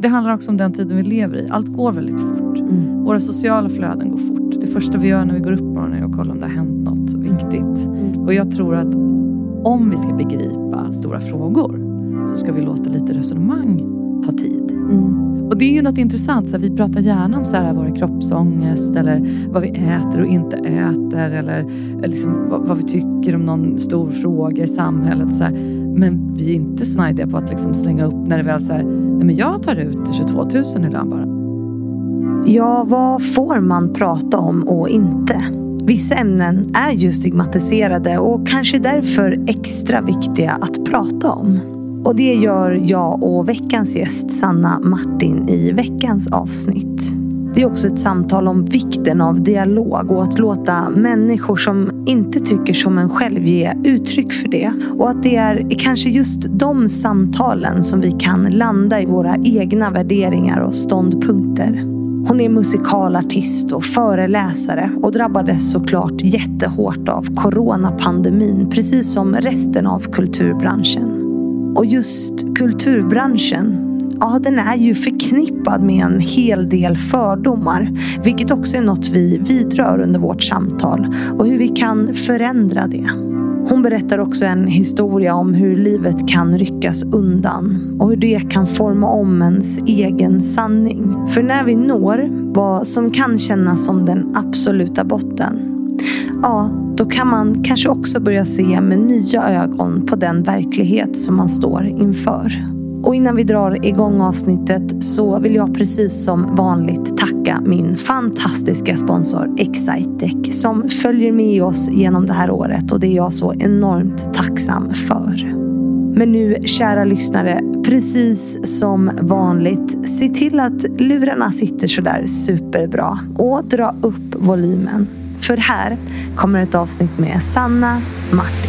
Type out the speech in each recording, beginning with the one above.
det handlar också om den tiden vi lever i. Allt går väldigt fort. Våra sociala flöden går fort. Det första vi gör när vi går upp på morgonen är att kolla om det har hänt något viktigt. Och jag tror att om vi ska begripa stora frågor så ska vi låta lite resonemang ta tid. Och det är ju något intressant. Så här, vi pratar gärna om så här, våra kroppsångest eller vad vi äter och inte äter. Eller liksom, vad vi tycker om någon stor fråga i samhället. Så här. Men vi är inte snajdiga på att liksom slänga upp när det väl så här, nej men jag tar ut 22 000 ibland bara. Ja, vad får man prata om och inte? Vissa ämnen är ju stigmatiserade och kanske därför extra viktiga att prata om. Och det gör jag och veckans gäst Sanna Martin i veckans avsnitt. Det är också ett samtal om vikten av dialog och att låta människor som inte tycker som en själv ge uttryck för det. Och att det är kanske just de samtalen som vi kan landa i våra egna värderingar och ståndpunkter. Hon är musikalartist och föreläsare och drabbades såklart jättehårt av coronapandemin, precis som resten av kulturbranschen. Och just kulturbranschen, ja, den är ju förknippad med en hel del fördomar, vilket också är något vi vidrör under vårt samtal och hur vi kan förändra det. Hon berättar också en historia om hur livet kan ryckas undan och hur det kan forma om ens egen sanning. För när vi når vad som kan kännas som den absoluta botten, ja, då kan man kanske också börja se med nya ögon på den verklighet som man står inför. Och innan vi drar igång avsnittet så vill jag precis som vanligt tacka min fantastiska sponsor Excitec som följer med oss genom det här året, och det är jag så enormt tacksam för. Men nu, kära lyssnare, precis som vanligt, se till att lurarna sitter så där superbra och dra upp volymen. För här kommer ett avsnitt med Sanna Martin.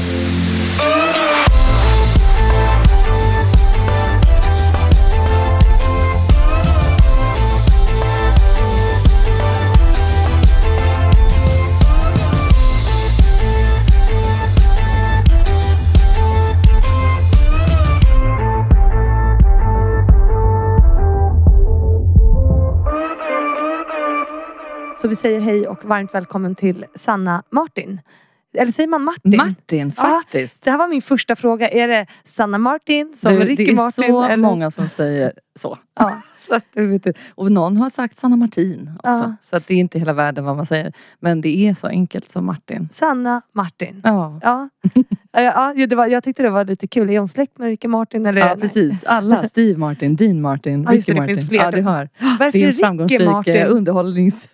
Så vi säger hej och varmt välkommen till Sanna Martin. Eller säger man Martin? Martin, faktiskt. Ja, det här var min första fråga. Är det Sanna Martin som Ricky Martin? Det är så eller? många som säger så. Ja. Så att, och någon har sagt Sanna Martin också. Ja. Så att det är inte hela världen vad man säger. Men det är så enkelt som Martin. Sanna Martin. Ja. Ja. Jag tyckte det var lite kul. Är hon släkt med Ricky Martin? Eller? Ja, precis. Alla. Steve Martin, Dean Martin, Ricky Martin. Finns fler. Ja, det hör. Varför det är en Ricky framgångsrik Martin? underhållnings...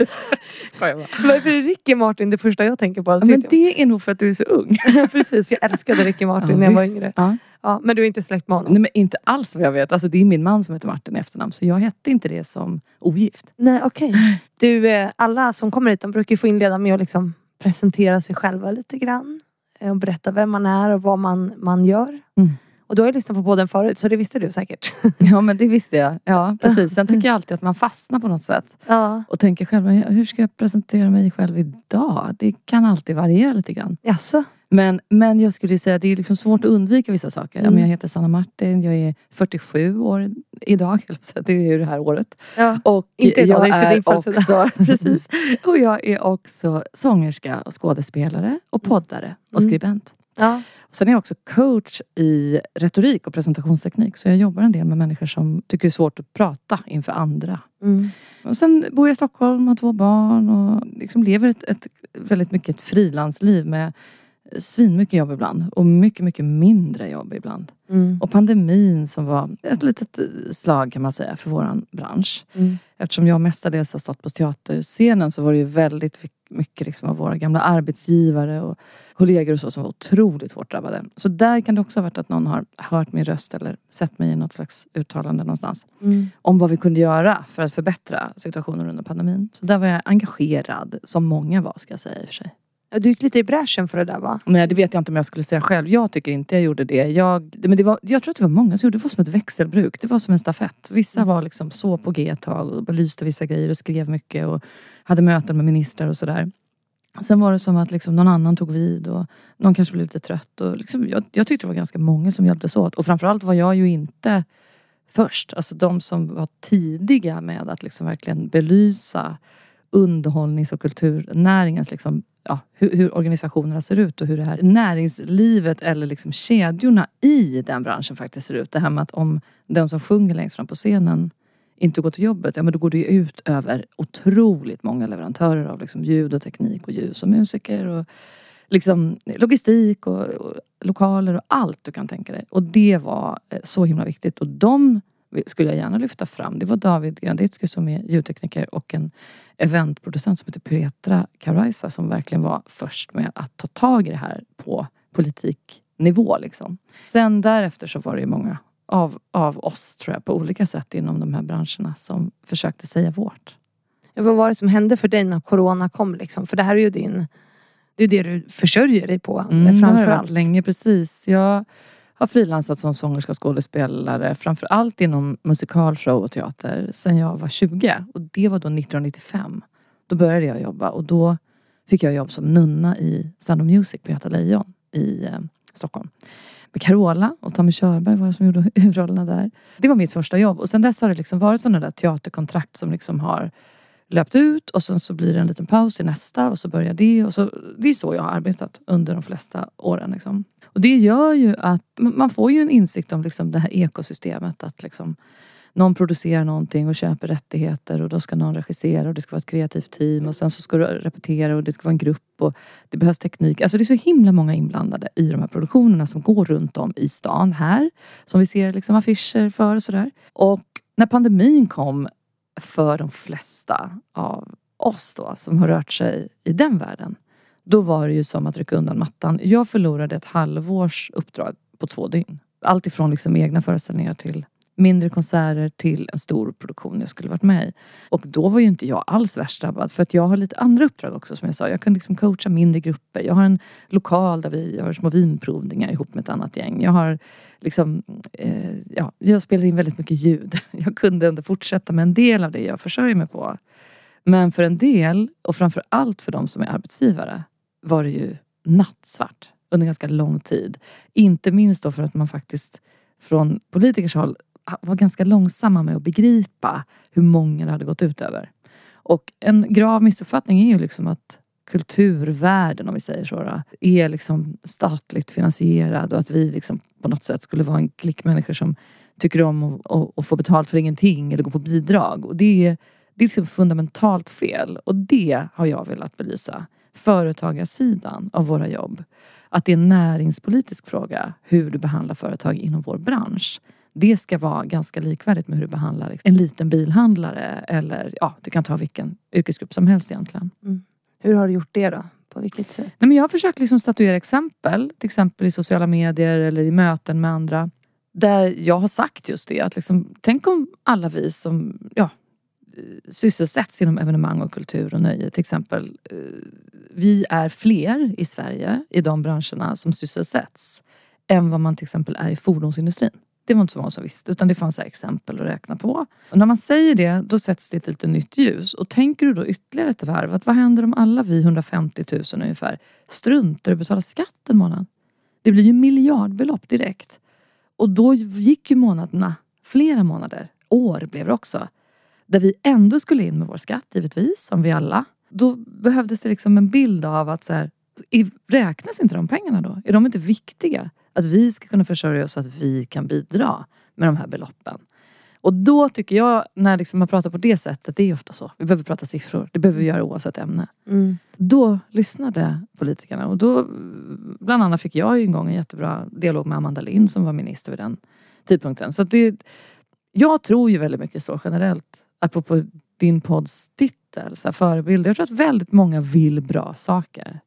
Varför är Ricky Martin det första jag tänker på? Ja, men det är nog för att du är så ung. Precis, jag älskade Ricky Martin när jag var yngre. Ja. Ja, men du är inte släkt med honom? Nej, men inte alls vad jag vet. Alltså, det är min man som heter Martin i efternamn. Så jag hette inte det som ogift. Nej, okej. Du, alla som kommer hit, de brukar få inleda med att liksom presentera sig själva lite grann. Och berätta vem man är och vad man gör. Mm. Och du har ju lyssnat på podden förut, så det visste du säkert. Ja, men det visste jag. Ja, precis. Sen tycker jag alltid att man fastnar på något sätt. Ja. Och tänker själv, hur ska jag presentera mig själv idag? Det kan alltid variera lite grann. Jaså? Men jag skulle säga att det är liksom svårt att undvika vissa saker. Jag heter Sanna Martin, jag är 47 år idag. Det är ju det här året. Ja, och inte idag, jag inte din också, precis. Och jag är också sångerska och skådespelare och poddare och skribent. Ja. Och sen är jag också coach i retorik och presentationsteknik. Så jag jobbar en del med människor som tycker det är svårt att prata inför andra. Mm. Och sen bor jag i Stockholm, har 2 barn och liksom lever ett väldigt mycket ett frilansliv med svinmycket jobb ibland och mycket, mycket mindre jobb ibland. Mm. Och pandemin som var ett litet slag kan man säga för våran bransch. Mm. Eftersom jag mestadels har stått på teaterscenen så var det ju väldigt mycket liksom av våra gamla arbetsgivare och kollegor och så som var otroligt hårt drabbade. Så där kan det också ha varit att någon har hört min röst eller sett mig i något slags uttalande någonstans. Om vad vi kunde göra för att förbättra situationen under pandemin. Så där var jag engagerad, som många var ska jag säga i och för sig. Du gick lite i bräschen för det där, va? Nej, det vet jag inte om jag skulle säga själv. Jag tycker inte jag gjorde det. Jag tror att det var många som gjorde det. Det var som ett växelbruk. Det var som en stafett. Vissa var liksom så på G ett tag och belyste vissa grejer och skrev mycket och hade möten med ministrar och sådär. Sen var det som att liksom någon annan tog vid och någon kanske blev lite trött. Och liksom, jag tyckte det var ganska många som hjälptes åt. Och framförallt var jag ju inte först. Alltså de som var tidiga med att liksom verkligen belysa underhållnings- och kulturnäringens liksom, hur organisationerna ser ut och hur det här näringslivet eller liksom kedjorna i den branschen faktiskt ser ut. Det här med att om den som sjunger längst fram på scenen inte går till jobbet, men då går det ju ut över otroligt många leverantörer av liksom ljud och teknik och ljus och musiker och liksom logistik och lokaler och allt du kan tänka dig. Och det var så himla viktigt. Och de skulle jag gärna lyfta fram. Det var David Granditsky som är ljudtekniker och en eventproducent som heter Petra Karaisa som verkligen var först med att ta tag i det här på politiknivå liksom. Sen därefter så var det ju många av oss tror jag på olika sätt inom de här branscherna som försökte säga vårt. Ja, vad var det som hände för dig när corona kom liksom? För det här är ju det är det du försörjer dig på framförallt. Länge, precis. Jag har frilansat som sångerska och skådespelare framförallt inom musikalshow och teater sen jag var 20. Och det var då 1995. Då började jag jobba och då fick jag jobb som nunna i Sound of Music på Göta Lejon i Stockholm. Med Carola och Tommy Körberg var det som gjorde huvudrollerna där. Det var mitt första jobb och sen dess har det liksom varit sådana där teaterkontrakt som liksom har löpt ut och sen så blir det en liten paus i nästa och så börjar det och så det är så jag har arbetat under de flesta åren liksom. Och det gör ju att man får ju en insikt om liksom det här ekosystemet att liksom någon producerar någonting och köper rättigheter och då ska någon regissera och det ska vara ett kreativt team och sen så ska du repetera och det ska vara en grupp och det behövs teknik. Alltså det är så himla många inblandade i de här produktionerna som går runt om i stan här som vi ser liksom affischer för och sådär. Och när pandemin kom för de flesta av oss då som har rört sig i den världen, då var det ju som att rycka undan mattan. Jag förlorade ett halvårs uppdrag på 2 dygn. Allt ifrån liksom egna föreställningar till mindre konserter till en stor produktion jag skulle varit med i. Och då var ju inte jag alls värst drabbad för att jag har lite andra uppdrag också som jag sa. Jag kan liksom coacha mindre grupper. Jag har en lokal där vi har små vinprovningar ihop med ett annat gäng. Jag har liksom, jag spelar in väldigt mycket ljud. Jag kunde ändå fortsätta med en del av det jag försörjer mig på. Men för en del och framför allt för de som är arbetsgivare var det ju nattsvart under ganska lång tid. Inte minst då för att man faktiskt från politikers håll var ganska långsamma med att begripa hur många det hade gått ut över. Och en grav missuppfattning är ju liksom att kulturvärlden, om vi säger så, är liksom statligt finansierad och att vi liksom på något sätt skulle vara en klick människor som tycker om att få betalt för ingenting eller gå på bidrag. Och det är liksom fundamentalt fel. Och det har jag velat belysa. Företagarsidan av våra jobb. Att det är en näringspolitisk fråga hur du behandlar företag inom vår bransch. Det ska vara ganska likvärdigt med hur du behandlar en liten bilhandlare eller du kan ta vilken yrkesgrupp som helst egentligen. Mm. Hur har du gjort det då? På vilket sätt? Nej, men jag har försökt liksom statuera exempel, till exempel i sociala medier eller i möten med andra. Där jag har sagt just det, att liksom, tänk om alla vi som sysselsätts inom evenemang och kultur och nöje till exempel. Vi är fler i Sverige i de branscherna som sysselsätts än vad man till exempel är i fordonsindustrin. Det var inte så många som visste, utan det fanns exempel att räkna på. Och när man säger det, då sätts det ett lite nytt ljus. Och tänker du då ytterligare ett varv, att vad händer om alla vi 150 000 ungefär struntar och betalar skatt en månad? Det blir ju miljardbelopp direkt. Och då gick ju månaderna, flera månader, år blev det också. Där vi ändå skulle in med vår skatt, givetvis, som vi alla. Då behövdes det liksom en bild av att så här, räknas inte de pengarna då? Är de inte viktiga? Att vi ska kunna försörja oss så att vi kan bidra med de här beloppen. Och då tycker jag, när liksom man pratar på det sättet, det är ofta så. Vi behöver prata siffror. Det behöver vi göra oavsett ämne. Mm. Då lyssnade politikerna. Och då, bland annat fick jag ju en gång en jättebra dialog med Amanda Lind som var minister vid den tidpunkten. Så att jag tror ju väldigt mycket så generellt. Apropå din podds titel, så här, förebilder. Jag tror att väldigt många vill bra saker.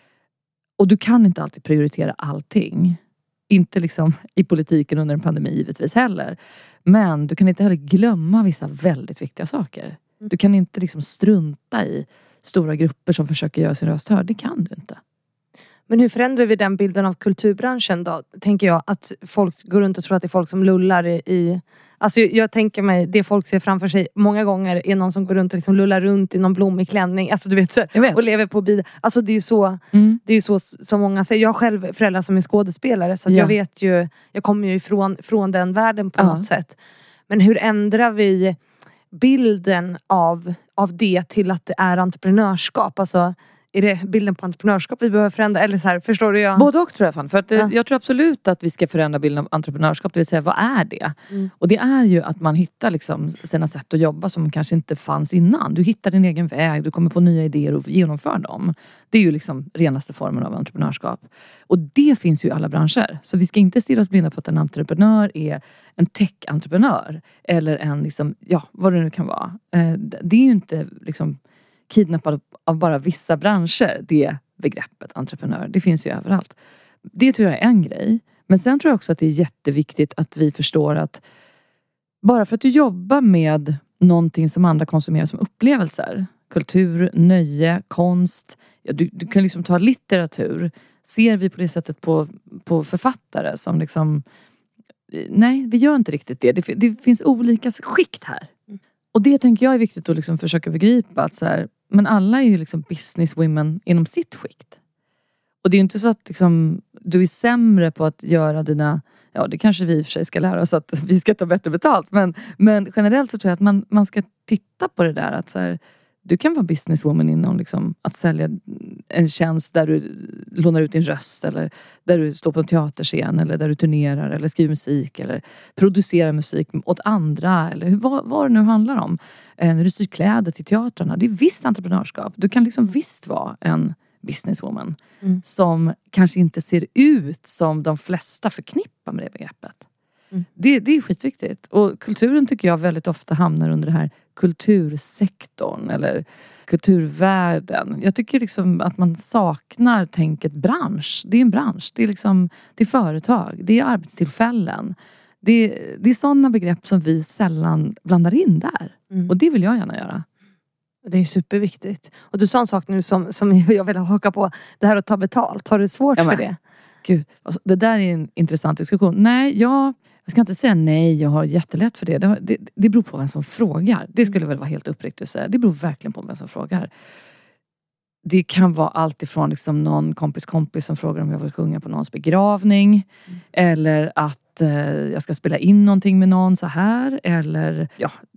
Och du kan inte alltid prioritera allting. Inte liksom i politiken under en pandemi givetvis heller. Men du kan inte heller glömma vissa väldigt viktiga saker. Du kan inte liksom strunta i stora grupper som försöker göra sin röst hörd. Det kan du inte. Men hur förändrar vi den bilden av kulturbranschen då? Tänker jag att folk går runt och tror att det är folk som lullar i... Alltså jag tänker mig, det folk ser framför sig många gånger är någon som går runt och liksom lullar runt i någon blommig klänning. Alltså du vet, så, och lever på bidrag. Alltså det är ju så, det är ju så som många säger. Jag har själv föräldrar som är skådespelare så att jag vet ju, jag kommer ju från den världen på något sätt. Men hur ändrar vi bilden av det till att det är entreprenörskap? Alltså, är det bilden på entreprenörskap vi behöver förändra? Eller så här, förstår du? Både och tror jag fan. För att jag tror absolut att vi ska förändra bilden av entreprenörskap. Det vill säga, vad är det? Och det är ju att man hittar liksom sina sätt att jobba som kanske inte fanns innan. Du hittar din egen väg. Du kommer på nya idéer och genomför dem. Det är ju liksom renaste formen av entreprenörskap. Och det finns ju i alla branscher. Så vi ska inte stirra oss blinda på att en entreprenör är en tech-entreprenör. Eller en liksom, vad det nu kan vara. Det är ju inte liksom kidnappad av bara vissa branscher, det begreppet entreprenör. Det finns ju överallt. Det tror jag är en grej. Men sen tror jag också att det är jätteviktigt att vi förstår att bara för att du jobbar med någonting som andra konsumerar som upplevelser, kultur, nöje, konst, du kan liksom ta litteratur. Ser vi på det sättet på författare som liksom, nej, vi gör inte riktigt det. Det finns olika skikt här. Och det tänker jag är viktigt att liksom försöka begripa. Att så här, men alla är ju liksom business women inom sitt skikt. Och det är ju inte så att liksom, du är sämre på att göra dina... Ja, det kanske vi i och för sig ska lära oss att vi ska ta bättre betalt. Men generellt så tror jag att man ska titta på det där. Att så här, du kan vara businesswoman inom liksom, att sälja en tjänst där du lånar ut din röst. Eller där du står på en teaterscen. Eller där du turnerar. Eller skriver musik. Eller producerar musik åt andra. Eller vad det nu handlar om. När du syr kläder till teatrarna. Det är visst entreprenörskap. Du kan liksom visst vara en businesswoman. Som kanske inte ser ut som de flesta förknippar med det begreppet. Det är skitviktigt. Och kulturen tycker jag väldigt ofta hamnar under det här kultursektorn eller kulturvärlden. Jag tycker liksom att man saknar tänket bransch. Det är en bransch. Det är liksom, det är företag. Det är arbetstillfällen. Det är sådana begrepp som vi sällan blandar in där. Och det vill jag gärna göra. Det är superviktigt. Och du sa en sak nu som jag vill haka på. Det här att ta betalt. Har du svårt för det? Gud, det där är en intressant diskussion. Nej, jag ska inte säga nej. Jag har jättelätt för det. Det beror på vem som frågar. Det skulle väl vara helt uppriktigt att säga. Det beror verkligen på vem som frågar. Det kan vara allt ifrån liksom någon kompis som frågar om jag vill sjunga på någons begravning. Eller att jag ska spela in någonting med någon så här. Eller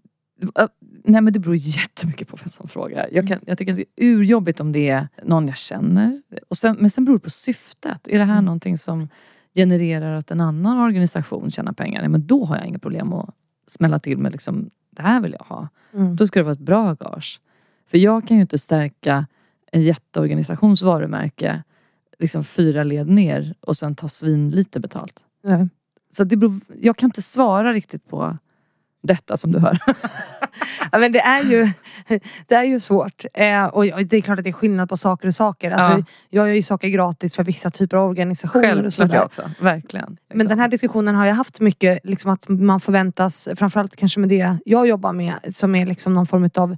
nej, men det beror jättemycket på vem som frågar. Jag tycker att det är urjobbigt om det är någon jag känner. Men sen beror det på syftet. Är det här någonting som genererar att en annan organisation tjänar pengar? Nej, men då har jag inga problem att smälla till med liksom, det här vill jag ha. Då ska det vara ett bra gage. För jag kan ju inte stärka en jätteorganisations varumärke liksom 4 led ner och sen ta svin lite betalt. Så jag kan inte svara riktigt på detta som du hör. Ja, men det är ju svårt. Och det är klart att det är skillnad på saker och saker. Alltså, jag gör ju saker gratis för vissa typer av organisationer. Självklart jag också, verkligen. Men den här diskussionen har jag haft mycket, liksom att man förväntas, framförallt kanske med det jag jobbar med, som är liksom någon form av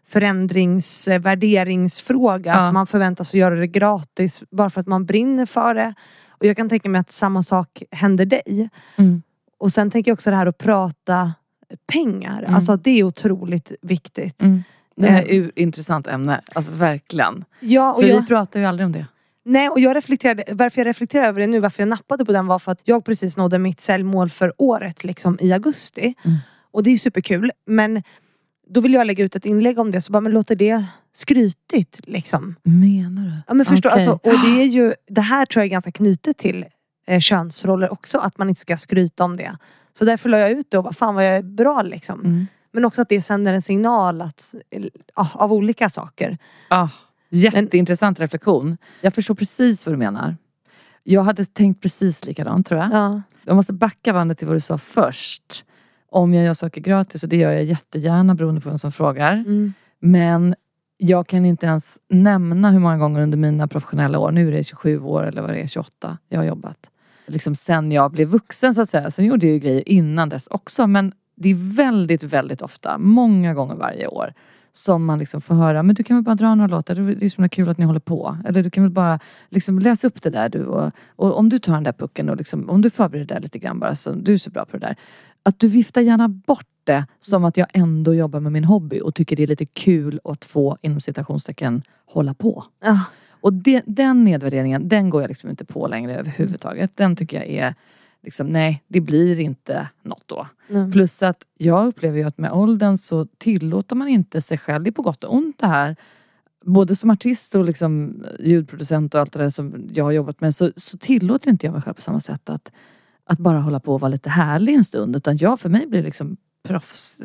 värderingsfråga. Att man förväntas att göra det gratis bara för att man brinner för det. Och jag kan tänka mig att samma sak händer dig. Och sen tänker jag också det här att prata pengar. Alltså det är otroligt viktigt. Det här är ett intressant ämne. Alltså verkligen. Ja, och vi pratar ju aldrig om det. Nej, och varför jag reflekterar över det nu, varför jag nappade på den, var för att jag precis nådde mitt säljmål för året liksom i augusti. Och det är superkul. Men då vill jag lägga ut ett inlägg om det, så bara, men låter det skrytigt liksom. Menar du? Ja, men förstå, alltså, och det är ju, det här tror jag är ganska knutet till könsroller också, att man inte ska skryta om det. Så därför la jag ut det och bara, fan vad jag är bra liksom. Men också att det sänder en signal av olika saker. Jätteintressant reflektion. Jag förstår precis vad du menar. Jag hade tänkt precis likadant, tror jag. Jag måste backa bandet till vad du sa först. Om jag gör saker gratis, och det gör jag jättegärna beroende på vem som frågar. Men jag kan inte ens nämna hur många gånger under mina professionella år, nu är det 27 år eller vad det är, 28, jag har jobbat. Liksom sen jag blev vuxen så att säga. Sen gjorde jag ju grejer innan dess också. Men det är väldigt, väldigt ofta, många gånger varje år, som man liksom får höra, men du kan väl bara dra några låtar, det är så kul att ni håller på. Eller du kan väl bara liksom läsa upp det där du. Och om du tar den där pucken och liksom, om du förbereder det där lite grann bara, så du är så bra på det där. Att du viftar gärna bort det som att jag ändå jobbar med min hobby och tycker det är lite kul att få, inom citationstecken, hålla på. Och den nedvärderingen, den går jag liksom inte på längre överhuvudtaget. Den tycker jag är liksom, nej, det blir inte något då. Plus att jag upplever ju att med åldern så tillåter man inte sig själv, det är på gott och ont det här. Både som artist och liksom ljudproducent och allt det där som jag har jobbat med, så tillåter inte jag mig själv på samma sätt att bara hålla på och vara lite härlig en stund. Utan för mig blir det liksom proffs.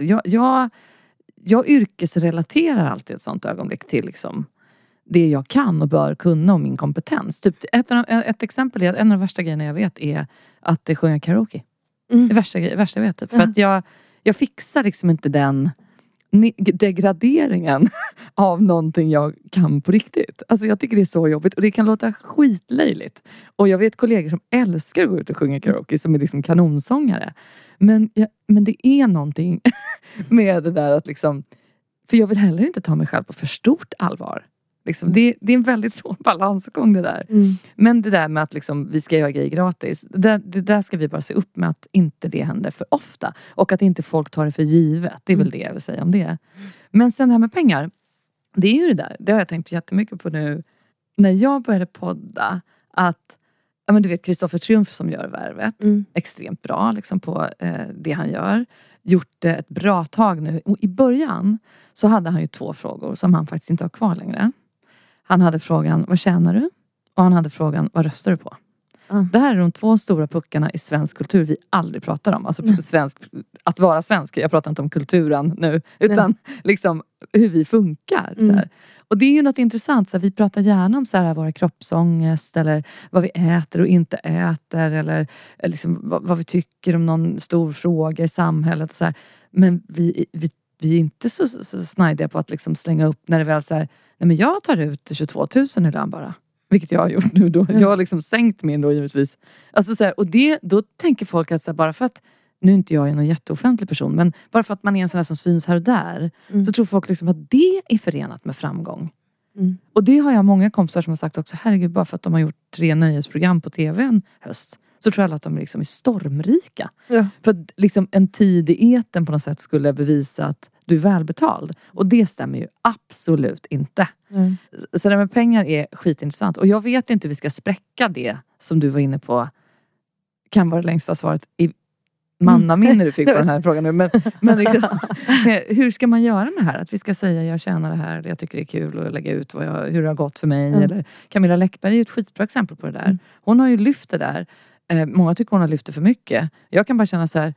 Jag yrkesrelaterar alltid ett sånt ögonblick till liksom det jag kan och bör kunna och min kompetens. Typ ett exempel är att en av de värsta grejerna jag vet är att sjunga karaoke. Det värsta jag vet. Typ. För att jag fixar liksom inte den degraderingen av någonting jag kan på riktigt. Alltså jag tycker det är så jobbigt och det kan låta skitlöjligt. Och jag vet kollegor som älskar att gå ut och sjunga karaoke som är liksom kanonsångare. Men det är någonting med det där att liksom, för jag vill heller inte ta mig själv på för stort allvar. Liksom, det är en väldigt svår balansgång det där. Men det där med att liksom, vi ska göra grejer gratis. Det där ska vi bara se upp med att inte det händer för ofta. Och att inte folk tar det för givet. Det är väl det jag vill säga om det. Men sen det här med pengar. Det är ju det där. Det har jag tänkt jättemycket på nu. När jag började podda. Att, ja men du vet Kristoffer Triumf som gör Värvet. Extremt bra liksom, på det han gör. Gjort det ett bra tag nu. Och i början så hade han ju 2 frågor som han faktiskt inte har kvar längre. Han hade frågan, vad tjänar du? Och han hade frågan, vad röstar du på? Det här är de 2 stora puckarna i svensk kultur vi aldrig pratar om. Alltså att vara svensk. Jag pratar inte om kulturen nu. Utan liksom hur vi funkar. Så här. Och det är ju något intressant. Så här, vi pratar gärna om så här, våra kroppsångest. Eller vad vi äter och inte äter. Eller liksom, vad vi tycker om någon stor fråga i samhället. Så här. Men vi är inte så snajdiga på att liksom slänga upp när det väl så här. Nej men jag tar ut 22 000 ibland bara. Vilket jag har gjort nu då. Jag har liksom sänkt min då givetvis. Alltså så här, och då tänker folk att så här, bara för att, nu är inte jag någon jätteoffentlig person. Men bara för att man är en sån här som syns här och där. Så tror folk liksom att det är förenat med framgång. Och det har jag många kompisar som har sagt också. Herregud, bara för att de har gjort 3 nöjesprogram på tv en höst. Så tror jag att de liksom är stormrika. För att liksom en tid i eten på något sätt skulle bevisa att du är välbetald. Och det stämmer ju absolut inte. Så det med pengar är skitintressant. Och jag vet inte hur vi ska spräcka det som du var inne på. Kan vara det längsta svaret i mannaminne du fick på den här frågan nu. Men liksom, hur ska man göra med det här? Att vi ska säga jag tjänar det här. Eller jag tycker det är kul att lägga ut hur det har gått för mig. Eller Camilla Läckberg är ju ett skitbra exempel på det där. Hon har ju lyft det där. Många tycker hon har lyft det för mycket. Jag kan bara känna så här.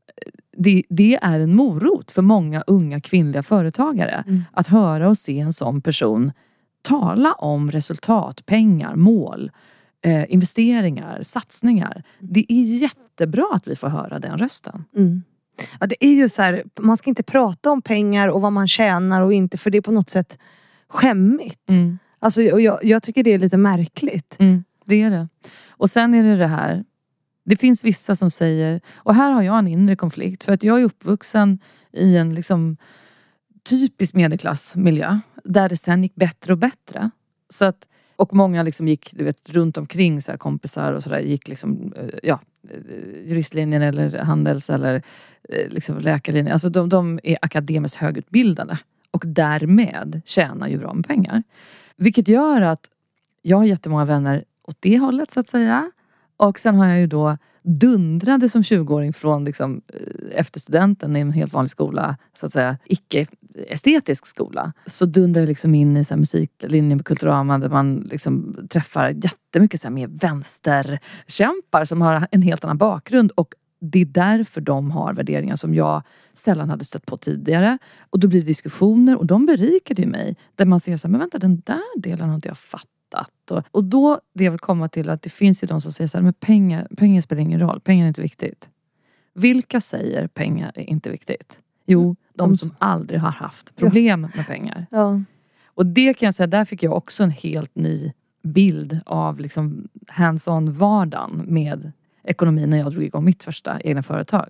Det är en morot för många unga kvinnliga företagare. Att höra och se en sån person tala om resultat, pengar, mål, investeringar, satsningar. Det är jättebra att vi får höra den rösten. Ja, det är ju så här, man ska inte prata om pengar och vad man tjänar och inte, för det är på något sätt skämmigt. Alltså, och jag tycker det är lite märkligt. Det är det. Och sen är det här. Det finns vissa som säger, och här har jag en inre konflikt, för att jag är uppvuxen i en liksom typisk medelklassmiljö där det sen gick bättre och bättre. Så att, och många liksom gick, du vet, runt omkring så här, kompisar och sådär, gick liksom juristlinjen eller handels eller liksom läkarlinjen. Alltså de är akademiskt högutbildade och därmed tjänar ju bra med pengar. Vilket gör att jag har jättemånga vänner åt det hållet så att säga. Och sen har jag ju då dundrade som 20-åring från liksom, efter studenten i en helt vanlig skola, så att säga icke-estetisk skola. Så dundrade jag liksom in i så här, musiklinjen på Kulturama där man liksom träffar jättemycket så här, mer vänsterkämpar som har en helt annan bakgrund. Och det är därför de har värderingar som jag sällan hade stött på tidigare. Och då blir det diskussioner och de berikade ju mig. Där man ser så här, men vänta, den där delen har inte jag fattat. Och då, det jag vill komma till att det finns ju de som säger så här, men pengar spelar ingen roll, pengar är inte viktigt. Vilka säger pengar är inte viktigt? Jo, de som aldrig har haft problem med pengar. Ja. Och det kan jag säga, där fick jag också en helt ny bild av liksom hands-on vardagen med ekonomin när jag drog igång mitt första egna företag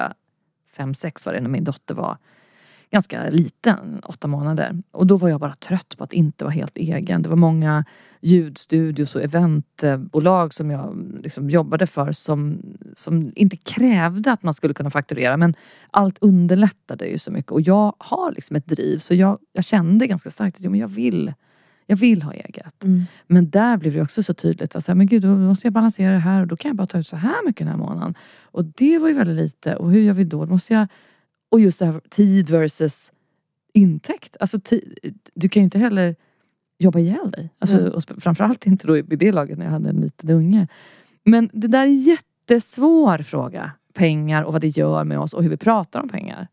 2005-06 var det när min dotter var ganska liten, 8 månader. Och då var jag bara trött på att inte vara helt egen. Det var många ljudstudios och eventbolag som jag liksom jobbade för som inte krävde att man skulle kunna fakturera. Men allt underlättade ju så mycket. Och jag har liksom ett driv. Så jag kände ganska starkt att jag Jag vill ha eget. Men där blev det också så tydligt. Alltså, men gud, då måste jag balansera det här. Och då kan jag bara ta ut så här mycket den här månaden. Och det var ju väldigt lite. Och hur gör vi då? Och just det här tid versus intäkt. Alltså du kan ju inte heller jobba ihjäl dig. Alltså, och framförallt inte då i det laget när jag hade en liten unge. Men det där är en jättesvår fråga. Pengar och vad det gör med oss och hur vi pratar om pengar.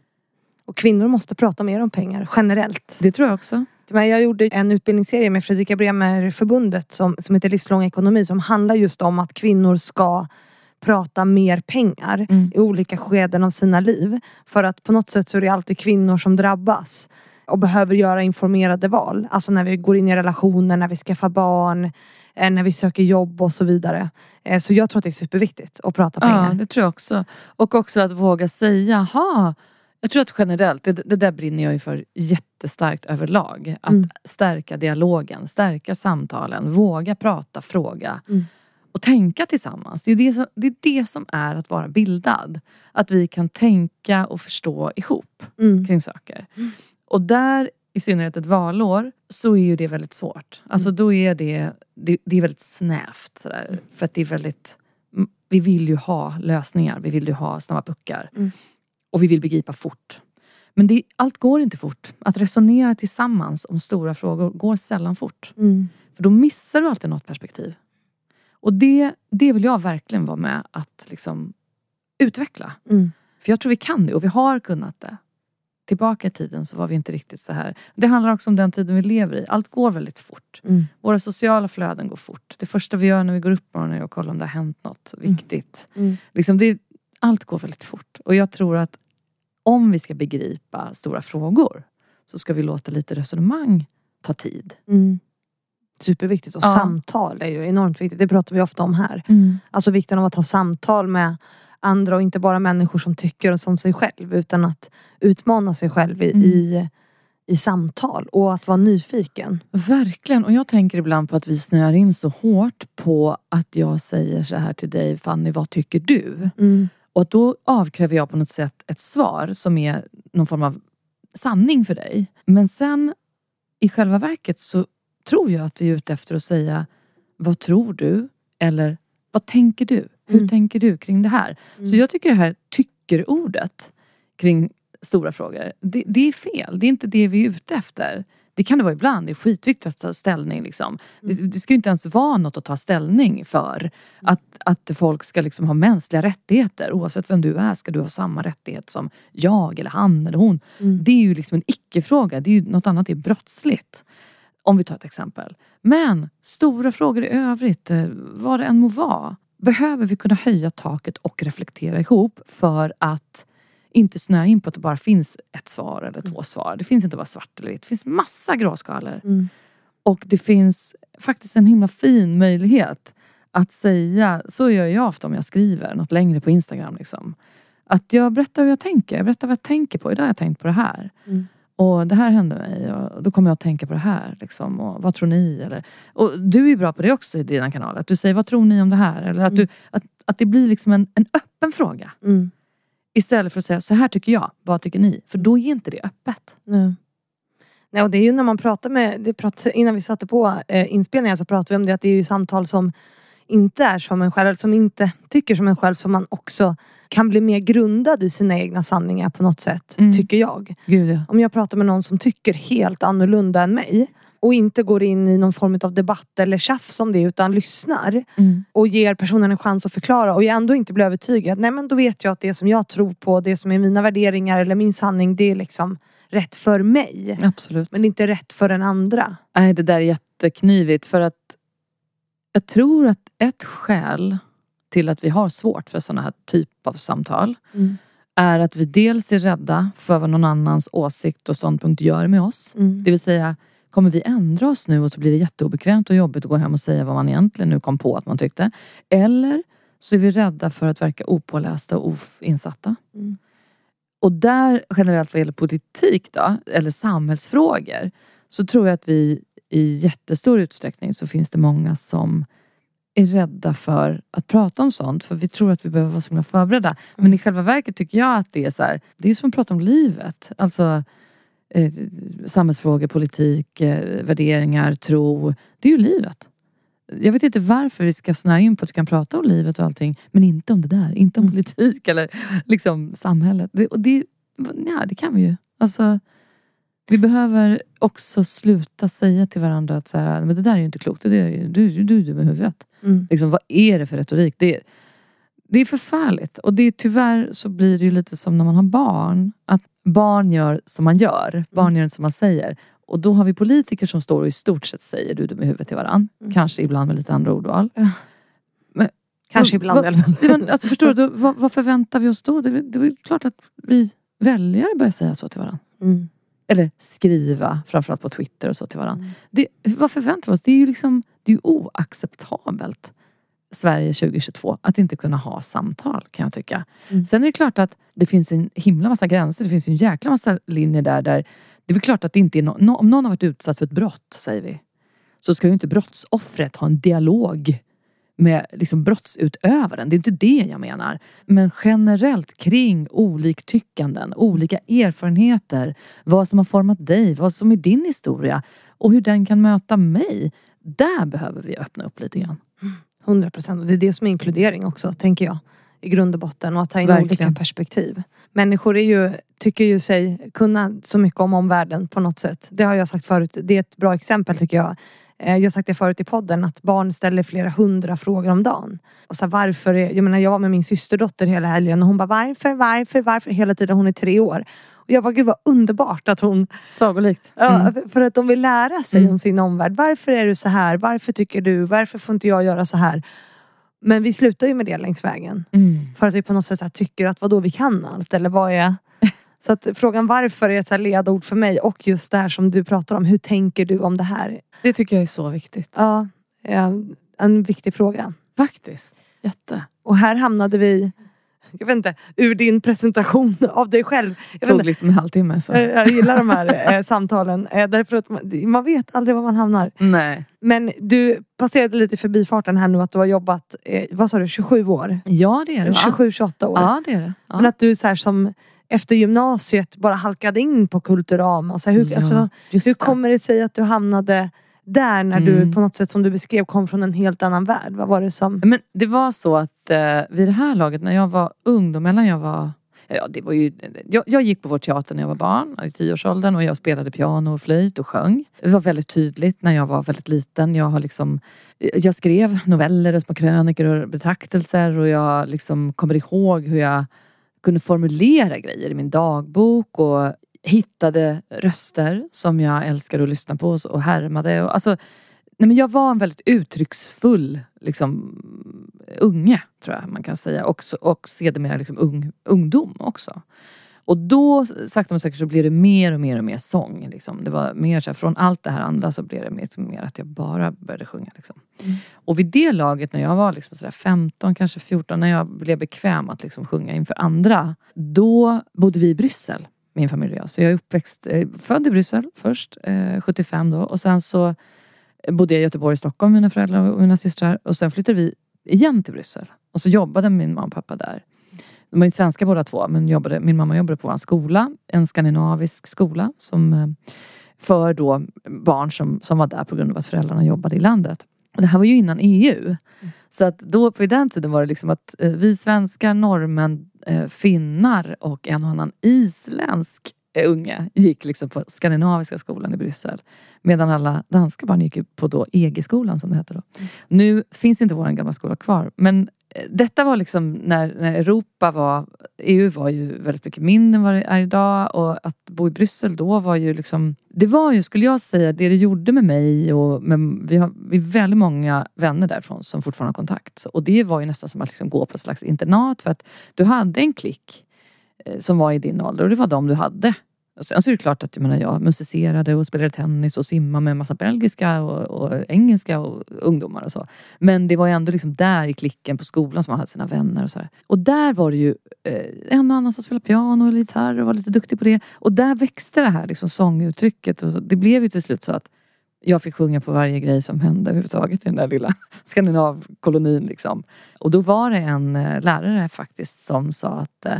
Och kvinnor måste prata mer om pengar generellt. Det tror jag också. Jag gjorde en utbildningsserie med Fredrika Bremer-förbundet som heter Livslång ekonomi, som handlar just om att kvinnor ska prata mer pengar i olika skeden av sina liv. För att på något sätt så är det alltid kvinnor som drabbas och behöver göra informerade val. Alltså när vi går in i relationer, när vi skaffar barn, när vi söker jobb och så vidare. Så jag tror att det är superviktigt att prata pengar. Ja, det tror jag också. Och också att våga säga, jag tror att generellt, det där brinner jag ju för jättestarkt överlag. Att stärka dialogen, stärka samtalen, våga prata, fråga. Och tänka tillsammans. Det är det som är att vara bildad. Att vi kan tänka och förstå ihop kring saker. Och där, i synnerhet ett valår, så är ju det väldigt svårt. Alltså då är det är väldigt snävt. Sådär, för att det är väldigt, vi vill ju ha lösningar. Vi vill ju ha snabba puckar. Och vi vill begripa fort. Men allt går inte fort. Att resonera tillsammans om stora frågor går sällan fort. För då missar du alltid något perspektiv. Och det vill jag verkligen vara med att liksom utveckla. För jag tror vi kan det och vi har kunnat det. Tillbaka i tiden så var vi inte riktigt så här. Det handlar också om den tiden vi lever i. Allt går väldigt fort. Våra sociala flöden går fort. Det första vi gör när vi går upp är att kolla om det har hänt något viktigt. Liksom allt går väldigt fort. Och jag tror att om vi ska begripa stora frågor så ska vi låta lite resonemang ta tid. Superviktigt. Och samtal är ju enormt viktigt. Det pratar vi ofta om här. Alltså vikten av att ha samtal med andra och inte bara människor som tycker som sig själv, utan att utmana sig själv i samtal och att vara nyfiken. Verkligen. Och jag tänker ibland på att vi snöar in så hårt på att jag säger så här till dig, Fanny, vad tycker du? Och då avkräver jag på något sätt ett svar som är någon form av sanning för dig. Men sen i själva verket så tror jag att vi är ute efter att säga, vad tror du? Eller vad tänker du? Hur tänker du kring det här? Så jag tycker det här tycker-ordet kring stora frågor, det är fel. Det är inte det vi är ute efter. Det kan det vara ibland. Det är skitviktigt att ta ställning. Liksom. Det ska ju inte ens vara något att ta ställning för. Att folk ska liksom ha mänskliga rättigheter. Oavsett vem du är ska du ha samma rättighet som jag eller han eller hon. Det är ju liksom en icke-fråga. Det är ju något annat, det är brottsligt. Om vi tar ett exempel. Men stora frågor i övrigt, vad det än må vara, behöver vi kunna höja taket och reflektera ihop för att inte snöa in på att det bara finns ett svar eller två svar. Det finns inte bara svart eller vitt. Det finns massa gråskalor. Och det finns faktiskt en himla fin möjlighet att säga, så gör jag ofta om jag skriver något längre på Instagram. Liksom. Att jag berättar hur jag tänker. Jag berättar vad jag tänker på. Idag har jag tänkt på det här. Och det här hände mig. Och då kommer jag att tänka på det här. Liksom. Och vad tror ni? Och du är ju bra på det också i dina kanaler. Att du säger, vad tror ni om det här? Eller att det blir liksom en öppen fråga. Istället för att säga, så här tycker jag. Vad tycker ni? För då är inte det öppet. Nej, och det är ju när man pratar med... innan vi satte på inspelningen så pratade vi om det. Att det är ju samtal som inte är som en själv. Som inte tycker som en själv. Som man också kan bli mer grundad i sina egna sanningar på något sätt. Tycker jag. Gud, ja. Om jag pratar med någon som tycker helt annorlunda än mig. Och inte går in i någon form av debatt eller tjafs om det. Utan lyssnar. Och ger personen en chans att förklara. Och jag ändå inte blir övertygad. Nej, men då vet jag att det som jag tror på. Det som är mina värderingar eller min sanning. Det är liksom rätt för mig. Absolut. Men inte rätt för den andra. Nej, det där är jätteknivigt. För att jag tror att ett skäl till att vi har svårt för sådana här typ av samtal är att vi dels är rädda för vad någon annans åsikt och ståndpunkt gör med oss. Det vill säga, kommer vi ändra oss nu och så blir det jätteobekvämt och jobbigt att gå hem och säga vad man egentligen nu kom på att man tyckte. Eller så är vi rädda för att verka opålästa och oinsatta. Och där generellt vad gäller politik då, eller samhällsfrågor, så tror jag att vi i jättestor utsträckning så finns det många som är rädda för att prata om sånt. För vi tror att vi behöver vara så himla förberedda. Men i själva verket tycker jag att det är så här, det är som att prata om livet. Alltså, samhällsfrågor, politik, värderingar, tro. Det är ju livet. Jag vet inte varför vi ska snöa in på att du kan prata om livet och allting, men inte om det där, inte om politik eller liksom samhället. Det kan vi ju. Alltså, vi behöver också sluta säga till varandra att så här, men det där är ju inte klokt, det är du med huvudet. Liksom, vad är det för retorik? Det är förfärligt. Och det är, tyvärr så blir det ju lite som när man har barn. Att barn gör som man gör. Barn gör inte som man säger. Och då har vi politiker som står och i stort sett säger du med huvudet till varann. Kanske ibland med lite andra ordval. Men, kanske ibland. Alltså, förstår du, vad förväntar vi oss då? Det är klart att vi väljare börjar säga så till varann. Eller skriva, framförallt på Twitter och så till varann. Vad förväntar vi oss? Det är ju liksom, det är ju oacceptabelt. Sverige 2022 att inte kunna ha samtal, kan jag tycka. Sen är det klart att det finns en himla massa gränser. Det finns en jäkla massa linjer där det är väl klart att det inte är om någon har varit utsatt för ett brott, säger vi, så ska ju inte brottsoffret ha en dialog med liksom brottsutövaren. Det är inte det jag menar. Men generellt kring oliktyckanden, olika erfarenheter, vad som har format dig, vad som är din historia och hur den kan möta mig. Där behöver vi öppna upp lite grann. 100%. Och det är det som är inkludering också, tänker jag. I grund och botten. Och att ta in olika perspektiv. Människor tycker ju sig kunna så mycket om omvärlden på något sätt. Det har jag sagt förut. Det är ett bra exempel, tycker jag. Jag har sagt det förut i podden. Att barn ställer flera 100 frågor om dagen. Och så varför jag var med min systerdotter hela helgen. Och hon bara varför hela tiden. Hon är 3 år. Och jag bara, gud vad underbart att hon... Sagolikt. Ja, för att de vill lära sig om sin omvärld. Varför är du så här? Varför tycker du? Varför får inte jag göra så här? Men vi slutar ju med det längs vägen. För att vi på något sätt så här tycker att vadå, vi kan allt. Eller vad är... Så att frågan varför är ett så här ledord för mig. Och just det här som du pratar om. Hur tänker du om det här? Det tycker jag är så viktigt. Ja, en viktig fråga. Faktiskt. Jätte. Och här hamnade vi... Jag vet inte, ur din presentation av dig själv. Det tog liksom en halvtimme. Så. Jag gillar de här samtalen. Därför att man vet aldrig var man hamnar. Nej. Men du passerade lite förbi farten här nu att du har jobbat, vad sa du, 27 år? Ja, det är det, 27-28 år. Ja, det är det. Ja. Men att du så här som efter gymnasiet bara halkade in på Kulturama. Så här, hur kommer det sig att du hamnade där när du på något sätt som du beskrev kom från en helt annan värld? Vad var det som... Men det var så att vid det här laget när jag var ung, då mellan jag var... Ja, det var ju, jag gick på vår teater när jag var barn, i 10-årsåldern, och jag spelade piano och flöjt och sjöng. Det var väldigt tydligt när jag var väldigt liten. Jag skrev noveller och små krönikor och betraktelser, och jag liksom kommer ihåg hur jag kunde formulera grejer i min dagbok och hittade röster som jag älskade att lyssna på och härmade. Och, alltså, men jag var en väldigt uttrycksfull liksom, unge, tror jag man kan säga. Och sedermera liksom ungdom också. Och då, sakta men säkert, så blev det mer och mer sång. Liksom. Det var mer så här, från allt det här andra så blev det mer att jag bara började sjunga. Liksom. Och vid det laget, när jag var liksom så där 15, kanske 14, när jag blev bekväm att liksom sjunga inför andra, då bodde vi i Bryssel, min familj och jag. Så jag är född i Bryssel först, 75 då. Och sen så bodde jag i Göteborg, Stockholm, mina föräldrar och mina systrar. Och sen flyttade vi igen till Bryssel. Och så jobbade min mamma och pappa där. De var svenska båda två, men min mamma jobbade på en skola. En skandinavisk skola som för då barn som var där på grund av att föräldrarna jobbade i landet. Och det här var ju innan EU. Så att då på den tiden var det liksom att vi svenskar, norrmän, finnar och en och annan isländsk unge gick liksom på skandinaviska skolan i Bryssel. Medan alla danska barn gick på då EG-skolan, som det heter då. Nu finns inte vår gamla skola kvar. Men detta var liksom när EU var ju väldigt mycket mindre än vad det är idag. Och att bo i Bryssel då var ju liksom, det var ju, skulle jag säga, det gjorde med mig. Vi har väldigt många vänner därifrån som fortfarande har kontakt. Och det var ju nästan som att liksom gå på ett slags internat. För att du hade en klick som var i din ålder, och det var de du hade. Och sen så är det klart att jag musicerade och spelade tennis och simmade med en massa belgiska och engelska och ungdomar och så. Men det var ju ändå liksom där i klicken på skolan som man hade sina vänner och så här. Och där var det ju en och annan som spelade piano och gitarr och var lite duktig på det. Och där växte det här liksom sånguttrycket. Och det blev ju till slut så att jag fick sjunga på varje grej som hände överhuvudtaget i den där lilla skandinavkolonin liksom. Och då var det en lärare faktiskt som sa att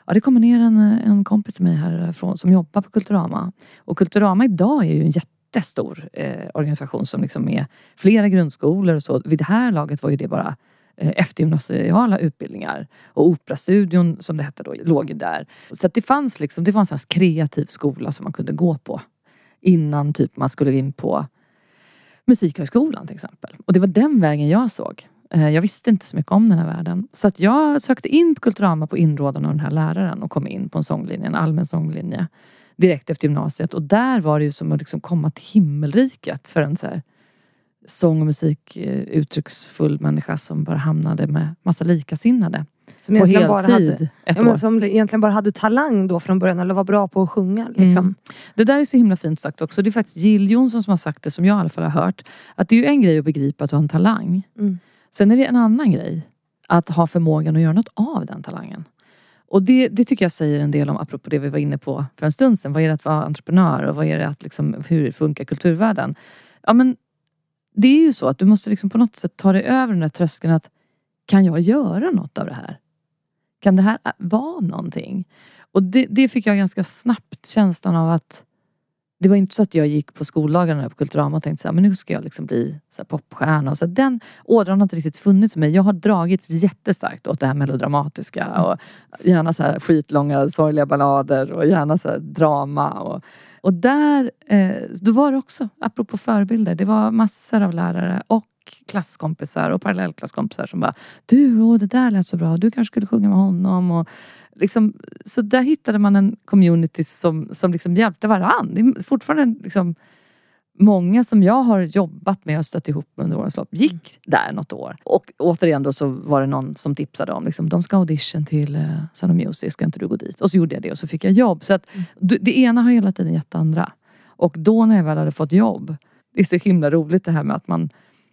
det kommer ner en kompis till mig härifrån som jobbar på Kulturama. Och Kulturama idag är ju en jättestor organisation som liksom är flera grundskolor och så. Vid det här laget var ju det bara eftergymnasiala utbildningar. Och Operastudion som det hette då låg ju där. Så att det fanns liksom, det var en sån här kreativ skola som man kunde gå på. Innan typ man skulle in på Musikhögskolan till exempel. Och det var den vägen jag såg. Jag visste inte så mycket om den här världen. Så att jag sökte in på Kulturama på inrådan av den här läraren och kom in på en sånglinje, en allmän sånglinje. Direkt efter gymnasiet. Och där var det ju som att liksom komma till himmelriket för en så här sång- och musikuttrycksfull människa som bara hamnade med massa likasinnade. Som på heltid bara hade, men som egentligen bara hade talang då från början eller var bra på att sjunga. Liksom. Det där är så himla fint sagt också. Det är faktiskt Jill Johnson som har sagt det, som jag i alla fall har hört. Att det är ju en grej att begripa att du har en talang. Sen är det en annan grej att ha förmågan att göra något av den talangen. Och det tycker jag säger en del om, apropå det vi var inne på för en stund sedan. Vad är det att vara entreprenör och vad är det att liksom, hur funkar kulturvärlden? Ja, men det är ju så att du måste liksom på något sätt ta dig över den där tröskeln att kan jag göra något av det här? Kan det här vara någonting? Och det fick jag ganska snabbt känslan av att det var inte så att jag gick på skoldagarna på Kulturama och tänkte så här, men nu ska jag liksom bli så här popstjärna. Och så den ådran har inte riktigt funnits för mig. Jag har dragits jättestarkt åt det här melodramatiska och gärna så här skitlånga sorgliga ballader och gärna så här drama. Och där, då var det också, apropå förebilder, det var massor av lärare och klasskompisar och parallellklasskompisar som bara, det där lät så bra, du kanske skulle sjunga med honom. Och liksom, så där hittade man en community som liksom hjälpte varann. Det är fortfarande liksom många som jag har jobbat med och stött ihop under årens lopp gick där något år. Och återigen då så var det någon som tipsade om liksom, de ska audition till Sound of Music, ska inte du gå dit? Och så gjorde jag det och så fick jag jobb. Så att det ena har hela tiden gett andra. Och då när jag väl hade fått jobb, det är så himla roligt det här med att man,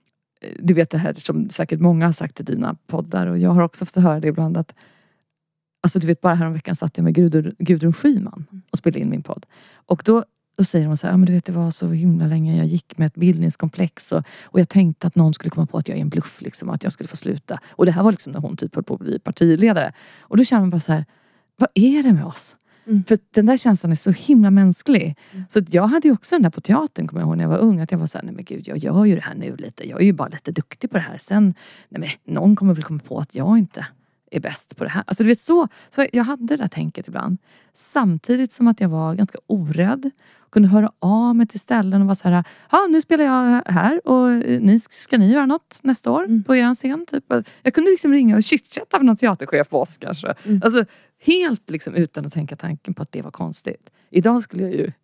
du vet det här som säkert många har sagt i dina poddar och jag har också fått höra det ibland att alltså du vet, bara häromveckan satt jag med Gudrun Schyman och spelade in min podd. Och då säger hon så här, ja men du vet det var så himla länge jag gick med ett bildningskomplex och jag tänkte att någon skulle komma på att jag är en bluff liksom, att jag skulle få sluta. Och det här var liksom när hon typ höll på att bli partiledare. Och då känner man bara så här, vad är det med oss? För den där känslan är så himla mänsklig. Så att jag hade ju också den där på teatern, kommer jag ihåg när jag var ung, att jag var så här, nej men gud, jag gör ju det här nu lite. Jag är ju bara lite duktig på det här. Sen, nej men någon kommer väl komma på att jag inte är bäst på det här. Alltså du vet så jag hade det där tänket ibland. Samtidigt som att jag var ganska orädd. Kunde höra av mig till ställen och vara så här, ja nu spelar jag här och ska ni göra något nästa år på er scen? Typ. Jag kunde liksom ringa och chitchatta med någon teaterchef på oss kanske. Alltså helt liksom utan att tänka tanken på att det var konstigt. Idag skulle jag ju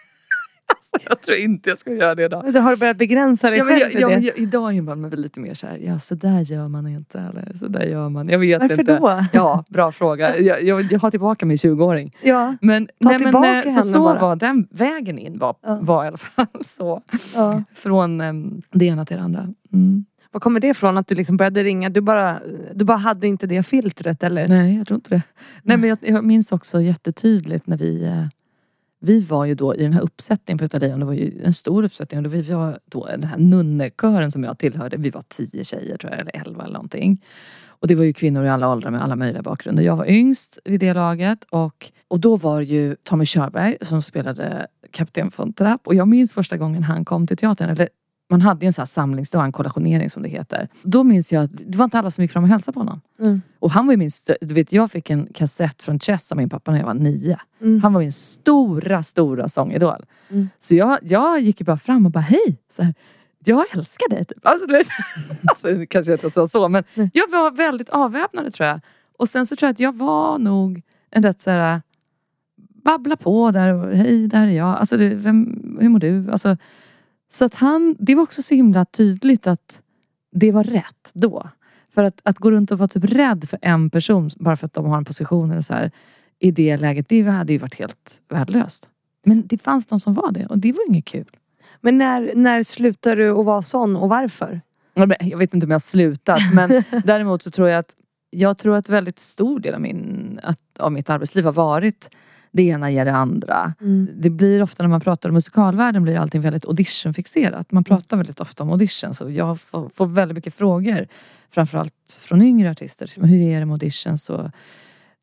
jag tror inte jag ska göra det idag. Du har börjat begränsa dig själv men idag är man väl lite mer så här, ja så där gör man inte eller så där gör man. Jag vet varför inte. Då? Ja, bra fråga. Jag har tillbaka min 20-åring. Ja. Men så bara. var den vägen in var i alla fall så. Ja. Från det ena till det andra. Vad kommer det ifrån att du liksom började ringa? Du bara hade inte det filtret eller? Nej, jag tror inte det. Nej, men jag minns också jättetydligt när vi var ju då i den här uppsättningen på Italienaren. Det var ju en stor uppsättning. Och vi var då den här nunnekören som jag tillhörde. Vi var 10 tjejer tror jag, eller 11 eller någonting. Och det var ju kvinnor i alla åldrar med alla möjliga bakgrunder. Jag var yngst vid det laget. Och då var ju Tommy Körberg som spelade Kapten von Trapp. Och jag minns första gången han kom till teatern. Eller man hade ju en sån här samlingsdag, en kollationering som det heter. Då minns jag att det var inte alla som gick fram och hälsade på honom. Och han var ju du vet, jag fick en kassett från Chess av min pappa när jag var 9. Han var ju en stora sångidol. Så jag gick ju bara fram och bara, hej! Så här, jag älskar dig typ. Alltså, du vet, alltså kanske jag inte sa så, men jag var väldigt avväpnad tror jag. Och sen så tror jag att jag var nog en rätt så här babbla på där och hej, där är jag. Alltså hur mår du? Alltså, så att det var också så himla tydligt att det var rätt då. För att gå runt och vara typ rädd för en person bara för att de har en position eller så här, i det läget, det hade ju varit helt värdelöst. Men det fanns de som var det och det var inget kul. Men när slutade du att vara sån och varför? Jag vet inte om jag har slutat, men däremot så tror jag att väldigt stor del av mitt arbetsliv har varit det ena ger det andra. Det blir ofta när man pratar om musikalvärlden blir allting väldigt auditionfixerat. Man pratar väldigt ofta om audition. Så jag får väldigt mycket frågor. Framförallt från yngre artister. Hur är det med auditions? Och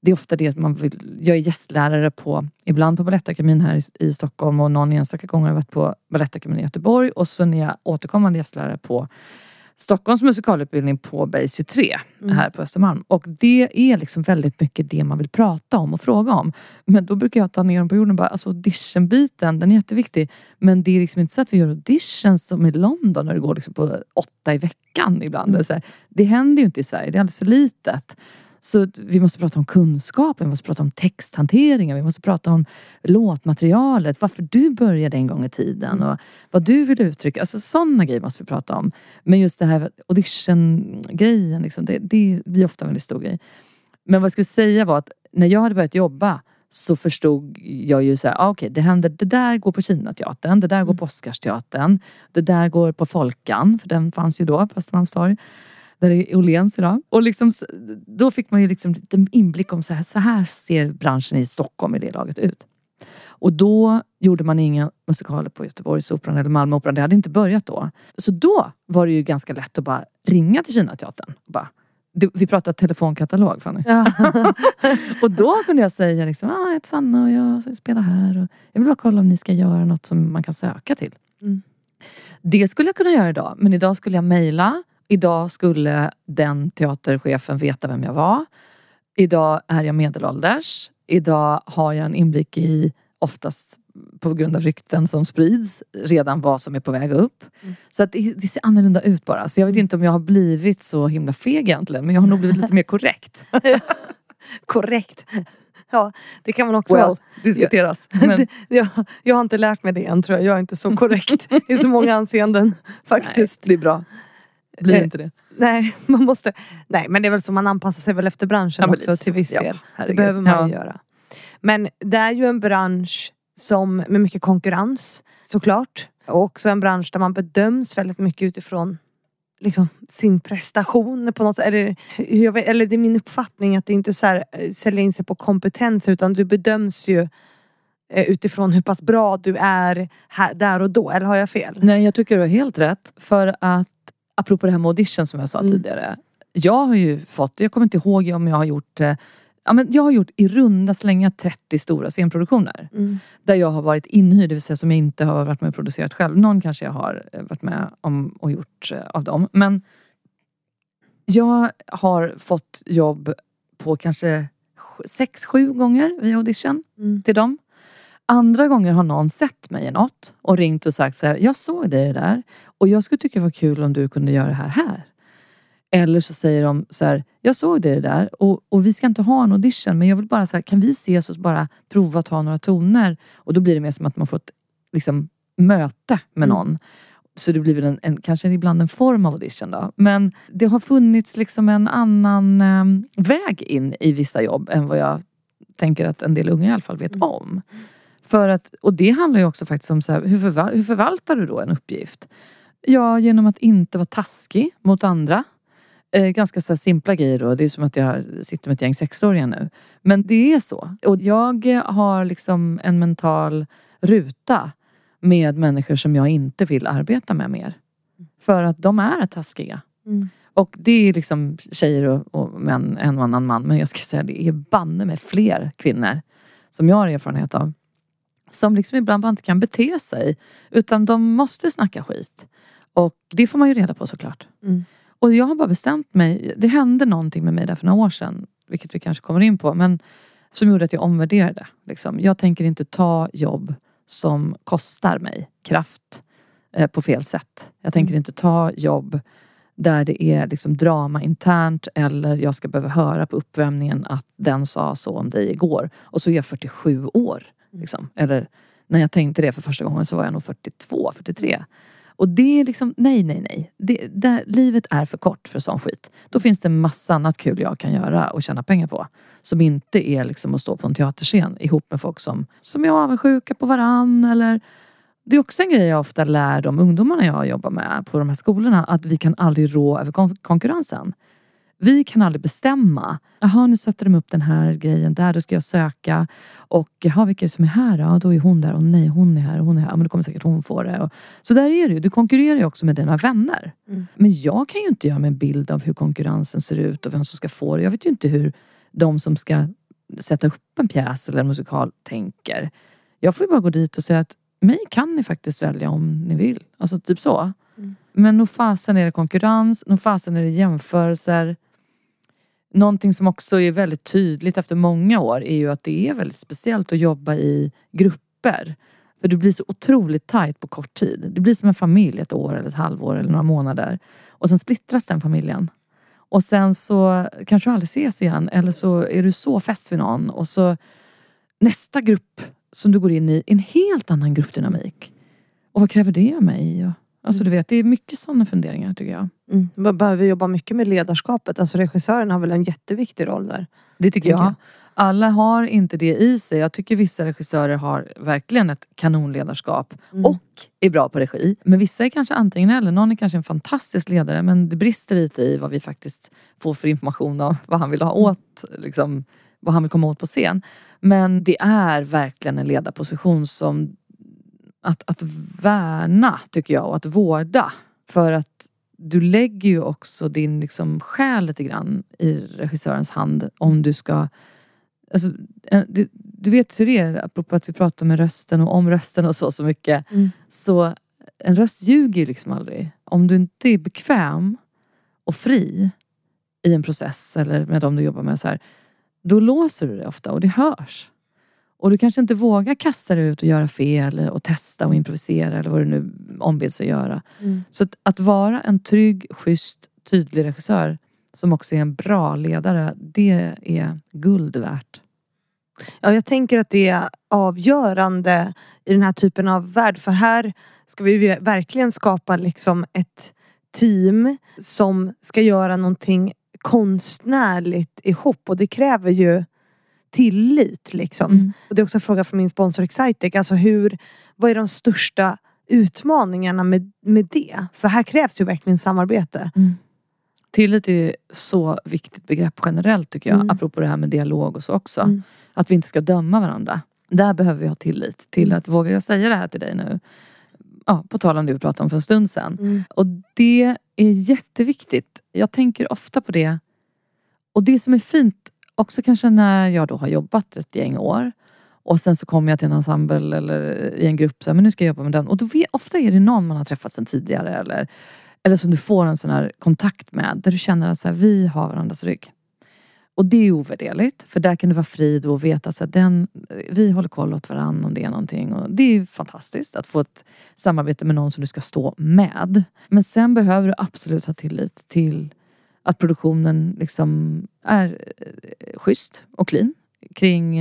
det är ofta det att jag är gästlärare ibland på Balettakademin här i Stockholm, och någon enstaka gång har jag varit på Balettakademin i Göteborg, och så är jag återkommande gästlärare på Stockholms musikalutbildning på Base 23 här på Östermalm. Och det är liksom väldigt mycket det man vill prata om och fråga om. Men då brukar jag ta ner dem på jorden och bara, alltså auditionbiten, den är jätteviktig. Men det är liksom inte så att vi gör auditions som i London när det går liksom på 8 i veckan ibland. Det händer ju inte i Sverige, det är alldeles för litet. Så vi måste prata om kunskapen, vi måste prata om texthanteringen, vi måste prata om låtmaterialet, varför du började en gång i tiden och vad du vill uttrycka. Alltså sådana grejer måste vi prata om. Men just det här audition-grejen, liksom, det blir ofta en väldigt stor grej. Men vad jag skulle säga var att när jag hade börjat jobba så förstod jag ju så här, okej, det där går på Kinateatern, det där går på Oscarsteatern, det där går på Folkan, för den fanns ju då på Östermalmstorg. Där det är Åhléns idag. Och liksom, då fick man ju liksom lite inblick om så här ser branschen i Stockholm i det laget ut. Och då gjorde man inga musikaler på Göteborgsoperan eller Malmöoperan. Det hade inte börjat då. Så då var det ju ganska lätt att bara ringa till Kinateatern. Vi pratade telefonkatalog, Fanny. Ja. Och då kunde jag säga liksom, jag heter Sanna och jag spelar här. Och jag vill bara kolla om ni ska göra något som man kan söka till. Det skulle jag kunna göra idag. Men idag skulle jag mejla. Idag skulle den teaterchefen veta vem jag var. Idag är jag medelålders. Idag har jag en inblick i, oftast på grund av rykten som sprids, redan vad som är på väg upp. Så att det ser annorlunda ut bara. Så jag vet inte om jag har blivit så himla feg egentligen. Men jag har nog blivit lite mer korrekt. Korrekt. Ja, det kan man också diskuteras. Men... Jag har inte lärt mig det än, tror jag. Jag är inte så korrekt i så många anseenden, faktiskt. Nej, det är bra. Blir inte det. Nej, man måste. Nej, men det är väl så, man anpassar sig väl efter branschen också till viss del. Det behöver man ju göra. Men det är ju en bransch med mycket konkurrens, såklart. Och också en bransch där man bedöms väldigt mycket utifrån liksom sin prestation på något sätt. Eller det är min uppfattning att det inte är så här sälja in sig på kompetens, utan du bedöms ju utifrån hur pass bra du är här, där och då. Eller har jag fel? Nej, jag tycker du har helt rätt. För att apropå det här med audition som jag sa tidigare. Jag har ju jag kommer inte ihåg om jag har gjort jag har gjort i runda slänga 30 stora scenproduktioner. Där jag har varit inhyrd, det vill säga som jag inte har varit med och producerat själv. Någon kanske jag har varit med om och gjort av dem. Men jag har fått jobb på kanske 6-7 gånger via audition till dem. Andra gånger har någon sett mig i något och ringt och sagt så här, jag såg dig där och jag skulle tycka det var kul om du kunde göra det här. Eller så säger de så här, jag såg dig där och vi ska inte ha en audition, men jag vill bara så här, kan vi ses och bara prova att ta några toner? Och då blir det mer som att man får ett liksom, möte med någon. Så det blir väl kanske ibland en form av audition då. Men det har funnits liksom en annan väg in i vissa jobb än vad jag tänker att en del unga i alla fall vet om. För att, och det handlar ju också faktiskt om så här, hur förvaltar du då en uppgift? Ja, genom att inte vara taskig mot andra. Ganska så här simpla grejer då. Det är som att jag sitter med ett gäng 6-åringar nu. Men det är så. Och jag har liksom en mental ruta med människor som jag inte vill arbeta med mer. För att de är taskiga. Och det är liksom tjejer och män, en och annan man. Men jag ska säga, det är banne med fler kvinnor som jag har erfarenhet av. Som liksom ibland bara inte kan bete sig. Utan de måste snacka skit. Och det får man ju reda på såklart. Och jag har bara bestämt mig. Det hände någonting med mig där för några år sedan. Vilket vi kanske kommer in på. Men som gjorde att jag omvärderade. Liksom. Jag tänker inte ta jobb som kostar mig kraft på fel sätt. Jag tänker inte ta jobb där det är liksom drama internt. Eller jag ska behöva höra på uppvärmningen att den sa så om dig igår. Och så är jag 47 år. Liksom. Eller när jag tänkte det för första gången så var jag nog 42, 43. Och det är liksom, nej. Livet är för kort för sån skit. Då finns det en massa annat kul jag kan göra och tjäna pengar på. Som inte är liksom att stå på en teaterscen ihop med folk som är avundsjuka på varann. Eller... Det är också en grej jag ofta lär de ungdomarna jag jobbar med på de här skolorna. Att vi kan aldrig rå över konkurrensen. Vi kan aldrig bestämma. Jaha, nu sätter de upp den här grejen där. Då ska jag söka. Och jaha, vilka som är här? Ja, då är hon där. Och nej, hon är här. Och hon är här. Ja, men då kommer säkert hon få det. Och så där är det ju. Du konkurrerar ju också med dina vänner. Men jag kan ju inte göra mig en bild av hur konkurrensen ser ut. Och vem som ska få det. Jag vet ju inte hur de som ska sätta upp en pjäs eller en musikal tänker. Jag får ju bara gå dit och säga att mig kan ni faktiskt välja om ni vill. Alltså typ så. Men nog fasen är det konkurrens, nog fasen är det jämförelser. Någonting som också är väldigt tydligt efter många år är ju att det är väldigt speciellt att jobba i grupper. För du blir så otroligt tajt på kort tid. Det blir som en familj ett år eller ett halvår eller några månader. Och sen splittras den familjen. Och sen så kanske du aldrig ses igen. Eller så är du så fäst vid någon. Och så nästa grupp som du går in i en helt annan gruppdynamik. Och vad kräver det av mig? Alltså du vet, det är mycket sådana funderingar tycker jag. Man behöver jobba mycket med ledarskapet. Alltså regissören har väl en jätteviktig roll där. Det tycker jag. Alla har inte det i sig. Jag tycker vissa regissörer har verkligen ett kanonledarskap. Och är bra på regi. Men vissa är kanske antingen eller. Någon är kanske en fantastisk ledare. Men det brister lite i vad vi faktiskt får för information om vad han vill ha åt. Liksom, vad han vill komma åt på scen. Men det är verkligen en ledarposition som att värna tycker jag. Och att vårda. För att du lägger ju också din liksom själ lite grann i regissörens hand. Om du ska... Alltså, du vet hur det är, apropå att vi pratar med rösten och om rösten och så mycket. Så en röst ljuger ju liksom aldrig. Om du inte är bekväm och fri i en process eller med dem du jobbar med så här, då låser du det ofta och det hörs. Och du kanske inte vågar kasta dig ut och göra fel och testa och improvisera eller vad du nu ombeds att göra. Så att vara en trygg, schysst, tydlig regissör som också är en bra ledare, det är guld värt. Ja, jag tänker att det är avgörande i den här typen av värld. För här ska vi verkligen skapa liksom ett team som ska göra någonting konstnärligt ihop. Och det kräver ju tillit liksom. Och det är också en fråga från min sponsor Excitec. Alltså vad är de största utmaningarna med det? För här krävs ju verkligen samarbete. Tillit är så viktigt begrepp generellt tycker jag. Apropå det här med dialog och så också. Att vi inte ska döma varandra. Där behöver vi ha tillit till att våga jag säga det här till dig nu. Ja, på tal om det vi pratade om för en stund sedan. Och det är jätteviktigt. Jag tänker ofta på det. Och det som är fint också kanske när jag då har jobbat ett gäng år. Och sen så kommer jag till en ensemble eller i en grupp. Så här, men nu ska jag jobba med den. Och då ofta är det någon man har träffat sedan tidigare. Eller som du får en sån här kontakt med. Där du känner att så här, vi har varandras rygg. Och det är ovärderligt. För där kan du vara frid och veta att vi håller koll åt varandra om det är någonting. Och det är ju fantastiskt att få ett samarbete med någon som du ska stå med. Men sen behöver du absolut ha tillit till att produktionen liksom är schysst och clean. Kring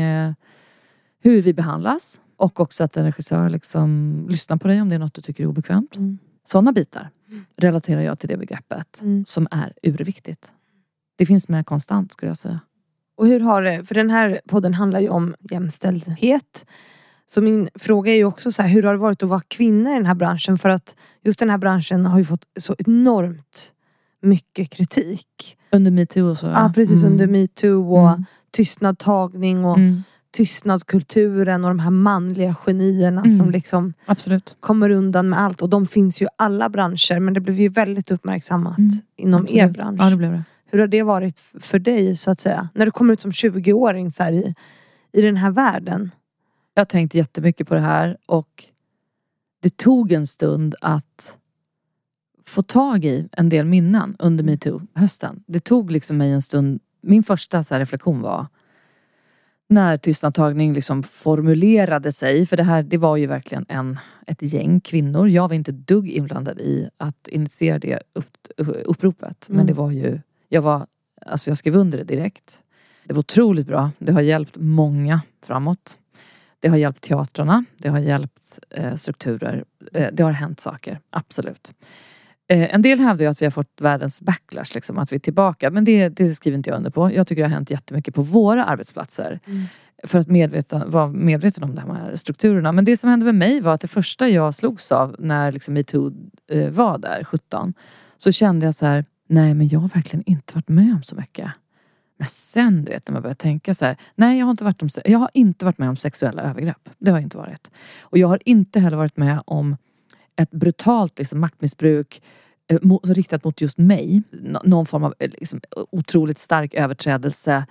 hur vi behandlas. Och också att en regissör liksom lyssnar på dig om det är något du tycker är obekvämt. Sådana bitar relaterar jag till det begreppet som är urviktigt. Det finns med konstant skulle jag säga. Och hur har det, för den här podden handlar ju om jämställdhet. Så min fråga är ju också så här, hur har det varit att vara kvinna i den här branschen? För att just den här branschen har ju fått så enormt mycket kritik. Under MeToo och så. Ja, precis under MeToo och tystnadtagning och tystnadskulturen och de här manliga genierna som liksom absolut kommer undan med allt. Och de finns ju i alla branscher, men det blev ju väldigt uppmärksammat inom er bransch. Ja, det blev det. Hur har det varit för dig så att säga? När du kommer ut som 20-åring så här i den här världen. Jag har tänkt jättemycket på det här och det tog en stund att få tag i en del minnen under MeToo-hösten. Det tog liksom mig en stund. Min första så här reflektion var när tystnadtagning liksom formulerade sig. För det var ju verkligen ett gäng kvinnor. Jag var inte dugg inblandad i att initiera det uppropet. Men det var ju, jag skrev under det direkt. Det var otroligt bra. Det har hjälpt många framåt. Det har hjälpt teatrarna. Det har hjälpt strukturer. Det har hänt saker, absolut. En del hävdar ju att vi har fått världens backlash, liksom, att vi är tillbaka. Men det skriver inte jag under på. Jag tycker det har hänt jättemycket på våra arbetsplatser. För att vara medveten om de här strukturerna. Men det som hände med mig var att det första jag slogs av när liksom MeToo var där, 17. Så kände jag så här, nej men jag har verkligen inte varit med om så mycket. Men sen, du vet, när man börjar tänka så här, nej jag har inte varit med om sexuella övergrepp. Det har jag inte varit. Och jag har inte heller varit med om ett brutalt liksom, maktmissbruk riktat mot just mig. Någon form av liksom, otroligt stark överträdelse.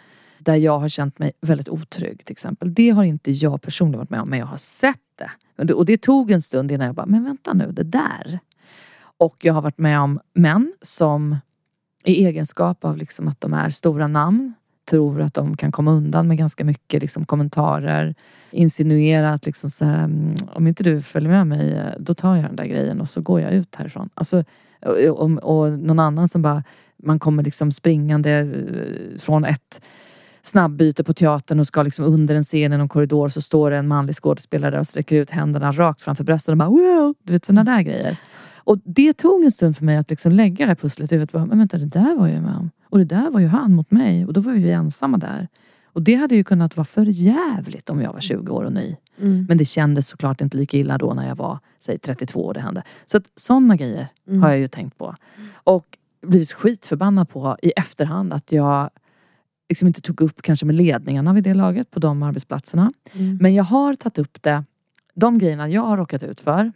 där jag har känt mig väldigt otrygg till exempel. Det har inte jag personligen varit med om, men jag har sett det. Och det tog en stund innan jag bara, men vänta nu, det där. Och jag har varit med om män som i egenskap av liksom att de är stora namn tror att de kan komma undan med ganska mycket liksom kommentarer, insinuera att liksom så här, om inte du följer med mig, då tar jag den där grejen och så går jag ut härifrån. Alltså, och någon annan som bara, man kommer liksom springande från ett snabbbyte på teatern och ska liksom under en scen i någon korridor, så står det en manlig skådespelare och sträcker ut händerna rakt framför bröstet och bara wow, du vet, sådana där grejer. Och det tog en stund för mig att liksom lägga det här pusslet i huvudet. Men vänta, det där var jag med om. Och det där var ju han mot mig. Och då var vi ensamma där. Och det hade ju kunnat vara för jävligt om jag var 20 år och ny. Men det kändes såklart inte lika illa då när jag var, säg 32 och det hände. Så att sådana grejer har jag ju tänkt på. Och blivit skitförbannad på i efterhand att jag liksom inte tog upp kanske med ledningarna vid det laget på de arbetsplatserna. Men jag har tagit upp det. De grejerna jag har råkat ut för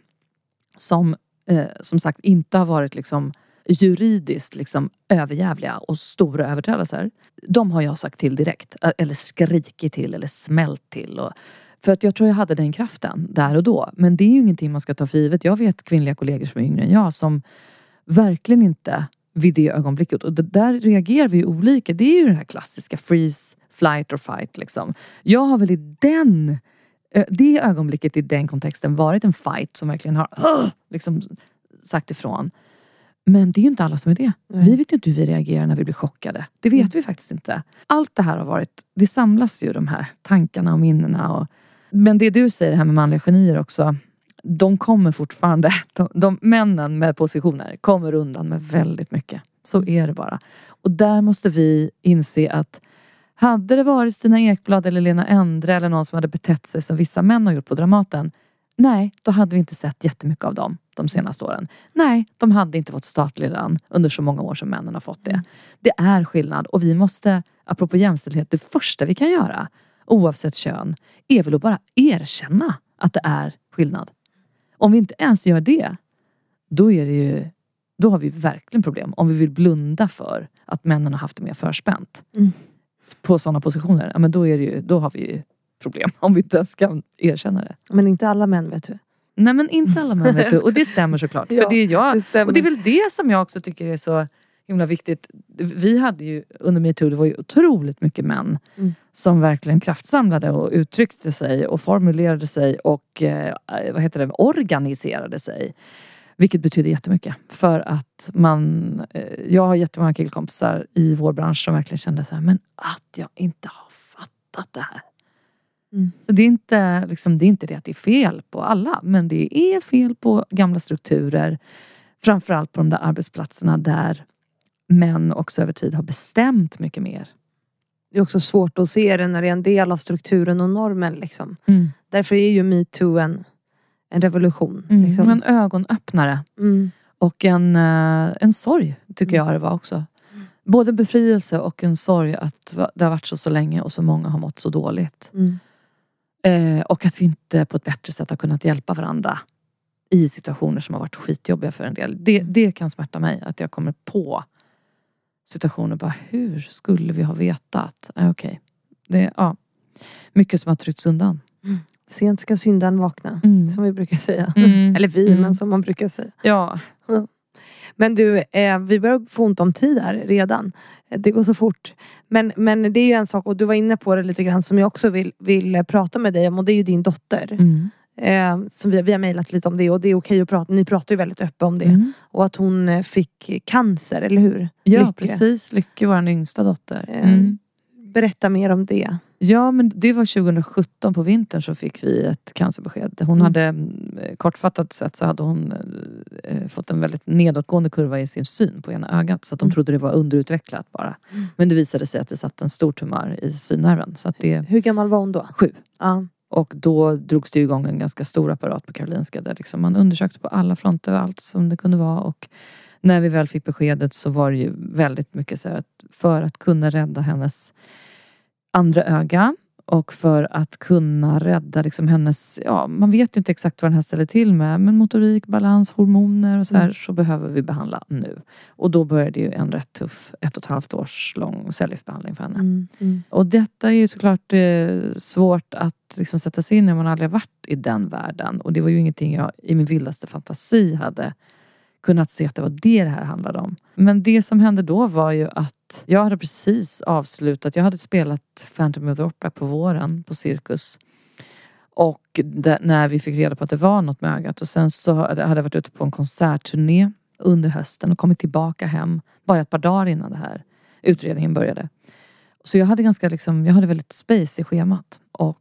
som sagt inte har varit liksom juridiskt liksom överjävliga och stora överträdelser. De har jag sagt till direkt. Eller skrikit till eller smält till. För att jag tror jag hade den kraften där och då. Men det är ju ingenting man ska ta för givet. Jag vet kvinnliga kollegor som är yngre än jag som verkligen inte vid det ögonblicket. Och där reagerar vi ju olika. Det är ju den här klassiska freeze, flight or fight liksom. Jag har väl i det ögonblicket i den kontexten varit en fight som verkligen har liksom sagt ifrån. Men det är ju inte alla som är det. Vi vet ju inte hur vi reagerar när vi blir chockade. Det vet vi faktiskt inte. Allt det här har varit, det samlas ju de här tankarna och minnena. Men det du säger, det här med manliga genier också. De kommer fortfarande, de männen med positioner kommer undan med väldigt mycket. Så är det bara. Och där måste vi inse att hade det varit Stina Ekblad eller Lena Endre eller någon som hade betett sig som vissa män har gjort på Dramaten. Nej, då hade vi inte sett jättemycket av dem de senaste åren. Nej, de hade inte fått startlön under så många år som männen har fått det. Det är skillnad och vi måste, apropå jämställdhet, det första vi kan göra, oavsett kön, är väl att bara erkänna att det är skillnad. Om vi inte ens gör det, då har vi verkligen problem. Om vi vill blunda för att männen har haft det mer förspänt på sådana positioner, ja, men då har vi ju problem om vi inte ens kan erkänna det. Men inte alla män, vet du. Nej, men inte alla män, vet du. Och det stämmer såklart. Ja, för det är jag. Det stämmer. Och det är väl det som jag också tycker är så himla viktigt. Vi hade ju under MeToo, det var ju otroligt mycket män som verkligen kraftsamlade och uttryckte sig och formulerade sig och organiserade sig. Vilket betyder jättemycket. För att jag har jättemånga killkompisar i vår bransch som verkligen kände så här, men att jag inte har fattat det här. Så det är inte det att det är fel på alla, men det är fel på gamla strukturer, framförallt på de där arbetsplatserna där män också över tid har bestämt mycket mer. Det är också svårt att se det när det är en del av strukturen och normen liksom. Därför är ju MeToo en revolution. Liksom. En ögonöppnare. Och en sorg tycker jag det var också. Både befrielse och en sorg att det har varit så länge och så många har mått så dåligt. Och att vi inte på ett bättre sätt har kunnat hjälpa varandra i situationer som har varit skitjobbiga för en del. Det kan smärta mig att jag kommer på situationer bara, hur skulle vi ha vetat? Okej. Mycket som har tryckts undan. Sent ska syndan vakna, som vi brukar säga. Eller men som man brukar säga. Ja. Men du, vi börjar få ont om tid här redan. Det går så fort. Men det är ju en sak, och du var inne på det lite grann, som jag också vill prata med dig om. Och det är ju din dotter. Som vi har mejlat lite om det. Och det är okej att prata. Ni pratar ju väldigt öppet om det. Och att hon fick cancer, eller hur? Ja, Lycke. precis. Lycke, vår yngsta dotter. Berätta mer om det. Ja, men det var 2017 på vintern så fick vi ett cancerbesked. Hon hade, kortfattat sett så hade hon fått en väldigt nedåtgående kurva i sin syn på ena ögat. Så att de trodde det var underutvecklat bara. Men det visade sig att det satt en stor tumör i synnerven. Så att Hur gammal var hon då? 7. Och då drogs det igång en ganska stor apparat på Karolinska. Där liksom man undersökte på alla fronter och allt som det kunde vara. Och när vi väl fick beskedet så var det ju väldigt mycket så här att för att kunna rädda hennes andra öga Och för att kunna rädda liksom hennes, man vet ju inte exakt vad den här ställer till med, men motorik, balans, hormoner och så här, så behöver vi behandla nu. Och då började ju en rätt tuff 1,5 års lång cellgiftsbehandling för henne. Och detta är ju såklart svårt att liksom sätta sig in när man aldrig har varit i den världen. Och det var ju ingenting jag i min vildaste fantasi hade kunnat se att det var det här handlade om. Men det som hände då var ju att jag hade precis avslutat. Jag hade spelat Phantom of the Opera på våren på Cirkus. Och när vi fick reda på att det var något med ögat. Och sen så hade jag varit ute på en konsertturné under hösten och kommit tillbaka hem bara ett par dagar innan det här utredningen började. Så jag hade jag hade väldigt space i schemat. Och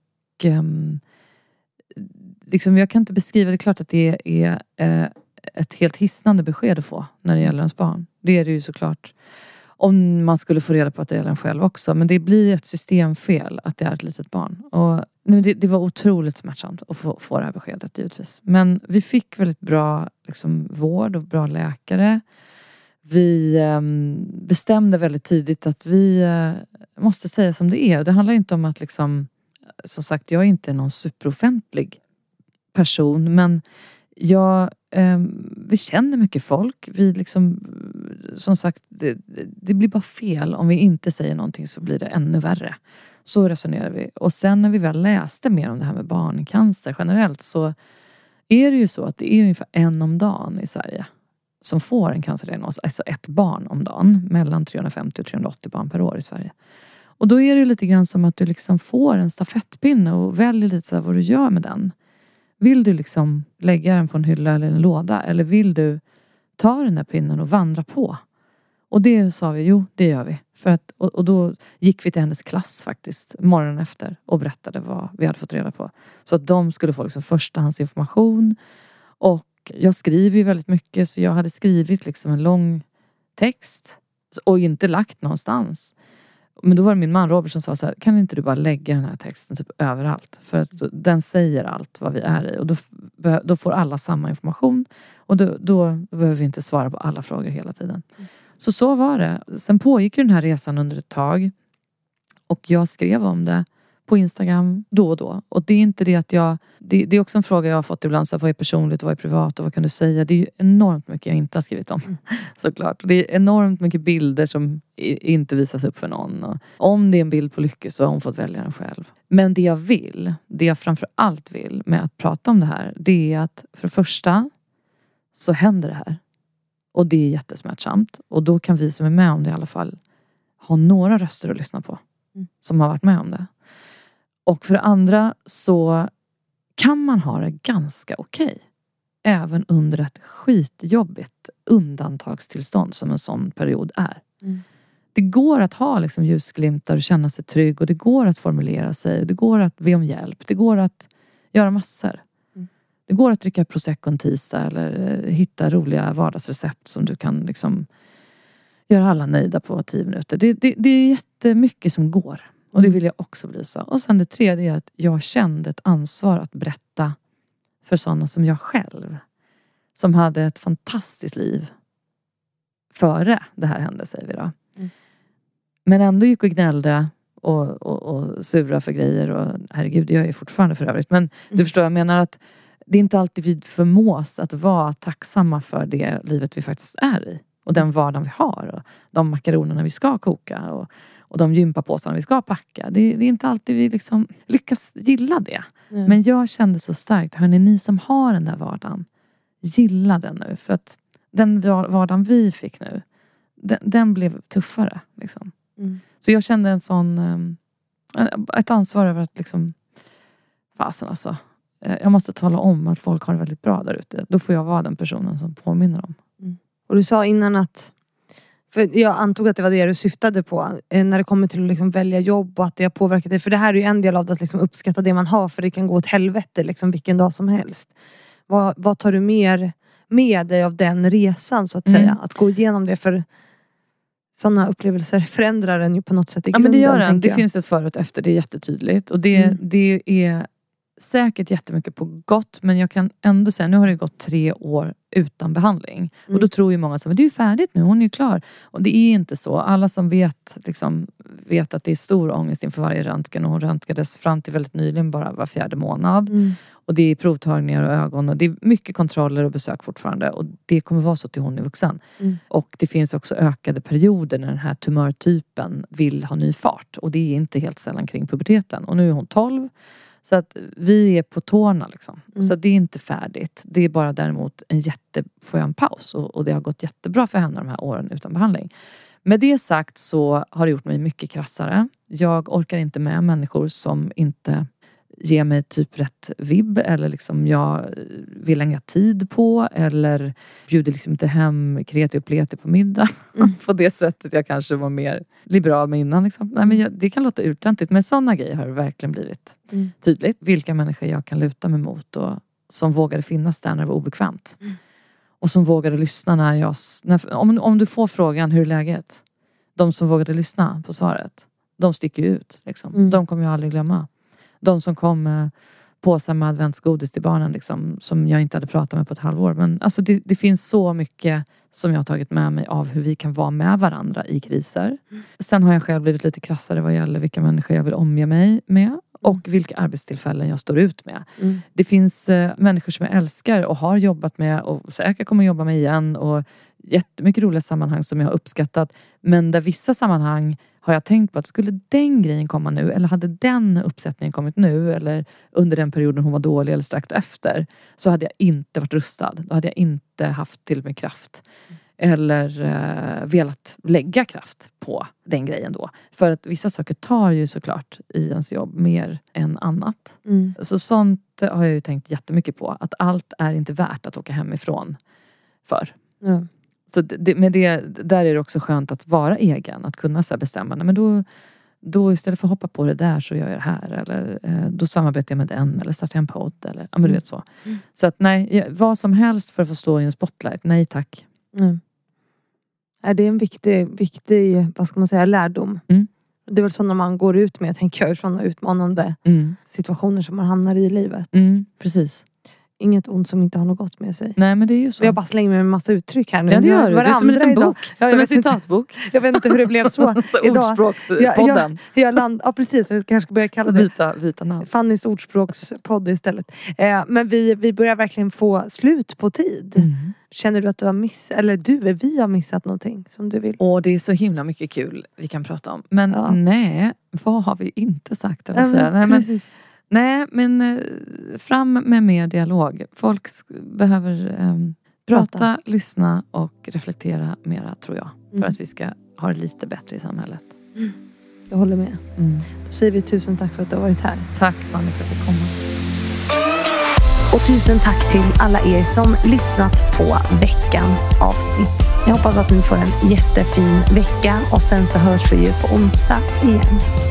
jag kan inte beskriva, det är klart att det är ett helt hisnande besked att få när det gäller ens barn. Det är det ju såklart om man skulle få reda på att det gäller en själv också. Men det blir ett systemfel att det är ett litet barn. Och det var otroligt smärtsamt att få det här beskedet givetvis. Men vi fick väldigt bra vård och bra läkare. Vi bestämde väldigt tidigt att vi måste säga som det är. Och det handlar inte om att som sagt, jag är inte någon superoffentlig person. Men vi känner mycket folk. Vi som sagt, det blir bara fel om vi inte säger någonting, så blir det ännu värre. Så resonerar vi. Och sen när vi väl läste mer om det här med barncancer generellt, så är det ju så att det är ungefär 1 om dagen i Sverige som får en cancerdiagnos. Alltså 1 barn om dagen. Mellan 350 och 380 barn per år i Sverige. Och då är det ju lite grann som att du får en stafettpinne och väljer lite så här vad du gör med den. Vill du lägga den på en hylla eller en låda? Eller vill du ta den här pinnen och vandra på? Och det sa vi, jo det gör vi. Och då gick vi till hennes klass faktiskt morgonen efter och berättade vad vi hade fått reda på. Så att de skulle få förstahandsinformation. Och jag skriver ju väldigt mycket, så jag hade skrivit en lång text och inte lagt någonstans. Men då var det min man Robert som sa så här: kan inte du bara lägga den här texten typ överallt? För att den säger allt vad vi är i. Och då får alla samma information. Och då behöver vi inte svara på alla frågor hela tiden. Så var det. Sen pågick ju den här resan under ett tag. Och jag skrev om det på Instagram då och då. Och det är inte det att det är också en fråga jag har fått ibland. Så här, vad är personligt och vad är privat och vad kan du säga? Det är ju enormt mycket jag inte har skrivit om. Såklart. Och det är enormt mycket bilder som inte visas upp för någon. Och om det är en bild på Lykke så har hon fått välja den själv. Men det jag framför allt vill med att prata om det här, det är att för det första så händer det här. Och det är jättesmärtsamt. Och då kan vi som är med om det i alla fall ha några röster att lyssna på. Som har varit med om det. Och för det andra så kan man ha det ganska okej. Även under ett skitjobbigt undantagstillstånd som en sån period är. Det går att ha ljusglimtar och känna sig trygg. Och det går att formulera sig. Det går att be om hjälp. Det går att göra massor. Det går att dricka prosecco en tisdag. Eller hitta roliga vardagsrecept som du kan göra alla nöjda på 10 minuter. Det är jättemycket som går. Och det vill jag också belysa. Och sen det tredje är att jag kände ett ansvar att berätta för sådana som jag själv. Som hade ett fantastiskt liv före det här hände, säger vi då. Men ändå gick och gnällde och sura för grejer. Och herregud, det gör jag ju fortfarande för övrigt. Men du förstår, jag menar att det är inte alltid vi förmås att vara tacksamma för det livet vi faktiskt är i. Och den vardagen vi har. Och de makaronerna vi ska koka. Och de gympapåsarna vi ska packa. Det är inte alltid vi lyckas gilla det. Men jag kände så starkt. Hörrni, ni som har den där vardagen. Gilla den nu. För att den vardagen vi fick nu. Den blev tuffare. Så jag kände en sån... ett ansvar över att fasen alltså. Jag måste tala om att folk har det väldigt bra där ute. Då får jag vara den personen som påminner dem. Och du sa innan att... För jag antog att det var det du syftade på. När det kommer till att välja jobb och att det har påverkat dig. För det här är ju en del av det, att uppskatta det man har. För det kan gå åt helvete vilken dag som helst. Vad tar du mer med dig av den resan så att säga? Att gå igenom det, för sådana upplevelser förändrar en ju på något sätt i grunden. Ja, men det gör den. Det finns ett före och efter, det är jättetydligt. Och det är säkert jättemycket på gott, men jag kan ändå säga, nu har det gått 3 år utan behandling. Och då tror ju många så, men det är ju färdigt nu, hon är ju klar. Och det är inte så. Alla som vet att det är stor ångest inför varje röntgen, och hon röntgades fram till väldigt nyligen bara var 4:e månad. Och det är provtagningar och ögon, och det är mycket kontroller och besök fortfarande, och det kommer vara så till hon är vuxen. Och det finns också ökade perioder när den här tumörtypen vill ha ny fart, och det är inte helt sällan kring puberteten. Och nu är hon 12. Så att vi är på tårna liksom. Så det är inte färdigt. Det är bara däremot en jätteskön paus. Och det har gått jättebra för henne de här åren utan behandling. Med det sagt så har det gjort mig mycket krassare. Jag orkar inte med människor som inte ger mig typ rätt vibb. Eller liksom jag vill lägga tid på. Eller bjuder liksom inte hem kreti och pleti på middag. På det sättet jag kanske var mer liberal med innan. Liksom. Nej, men det kan låta utläntigt. Men sådana grejer har det verkligen blivit tydligt. Vilka människor jag kan luta mig mot. Och som vågade finnas där när det var obekvämt. Och som vågade lyssna när om du får frågan, hur är läget? De som vågade lyssna på svaret. De sticker ju ut. Liksom. De kommer jag aldrig glömma. De som kom med påsar med adventsgodis till barnen liksom, som jag inte hade pratat med på ett halvår. Men alltså det finns så mycket som jag har tagit med mig av hur vi kan vara med varandra i kriser. Sen har jag själv blivit lite krassare vad gäller vilka människor jag vill omge mig med. Och vilka arbetstillfällen jag står ut med. Det finns människor som jag älskar och har jobbat med och säkert kommer jobba med igen. Och jättemycket roliga sammanhang som jag har uppskattat. Men där vissa sammanhang har jag tänkt på att skulle den grejen komma nu, eller hade den uppsättningen kommit nu, eller under den perioden hon var dålig eller strax efter, så hade jag inte varit rustad. Då hade jag inte haft till mig kraft. Eller velat lägga kraft på den grejen då. För att vissa saker tar ju såklart i ens jobb mer än annat. Så sånt har jag ju tänkt jättemycket på. Att allt är inte värt att åka hemifrån för. Så där är det också skönt att vara egen. Att kunna så här bestämma. Men då istället för att hoppa på det där så gör jag det här. Eller då samarbetar jag med den. Eller startar en podd. Eller, ja men du vet så. Så att nej, vad som helst för att få stå i en spotlight. Nej tack. Det är en viktig, vad ska man säga, lärdom. Det är väl så när man går ut med, tänker jag, från utmanande situationer som man hamnar i livet. Precis. Inget ont som inte har något gott med sig. Nej, men det är ju så. Jag bara slänger med en massa uttryck här nu. Ja, det gör du. Det är som en liten bok. Som en citatbok. Jag vet inte hur det blev så. Ordspråkspodden. Ja, precis. Jag kanske ska börja kalla det Vita namn. Fannys ordspråkspodd istället. Men vi börjar verkligen få slut på tid. Känner du att du har vi har missat någonting som du vill? Det är så himla mycket kul vi kan prata om. Men nej, vad har vi inte sagt? Nej, men fram med mer dialog. Folk behöver prata, lyssna och reflektera mera, tror jag. För att vi ska ha det lite bättre i samhället. Jag håller med. Då säger vi 1000 tack för att du har varit här. Tack Fanny för att du kom. Och 1000 tack till alla er som lyssnat på veckans avsnitt. Jag hoppas att ni får en jättefin vecka. Och sen så hörs vi ju på onsdag igen.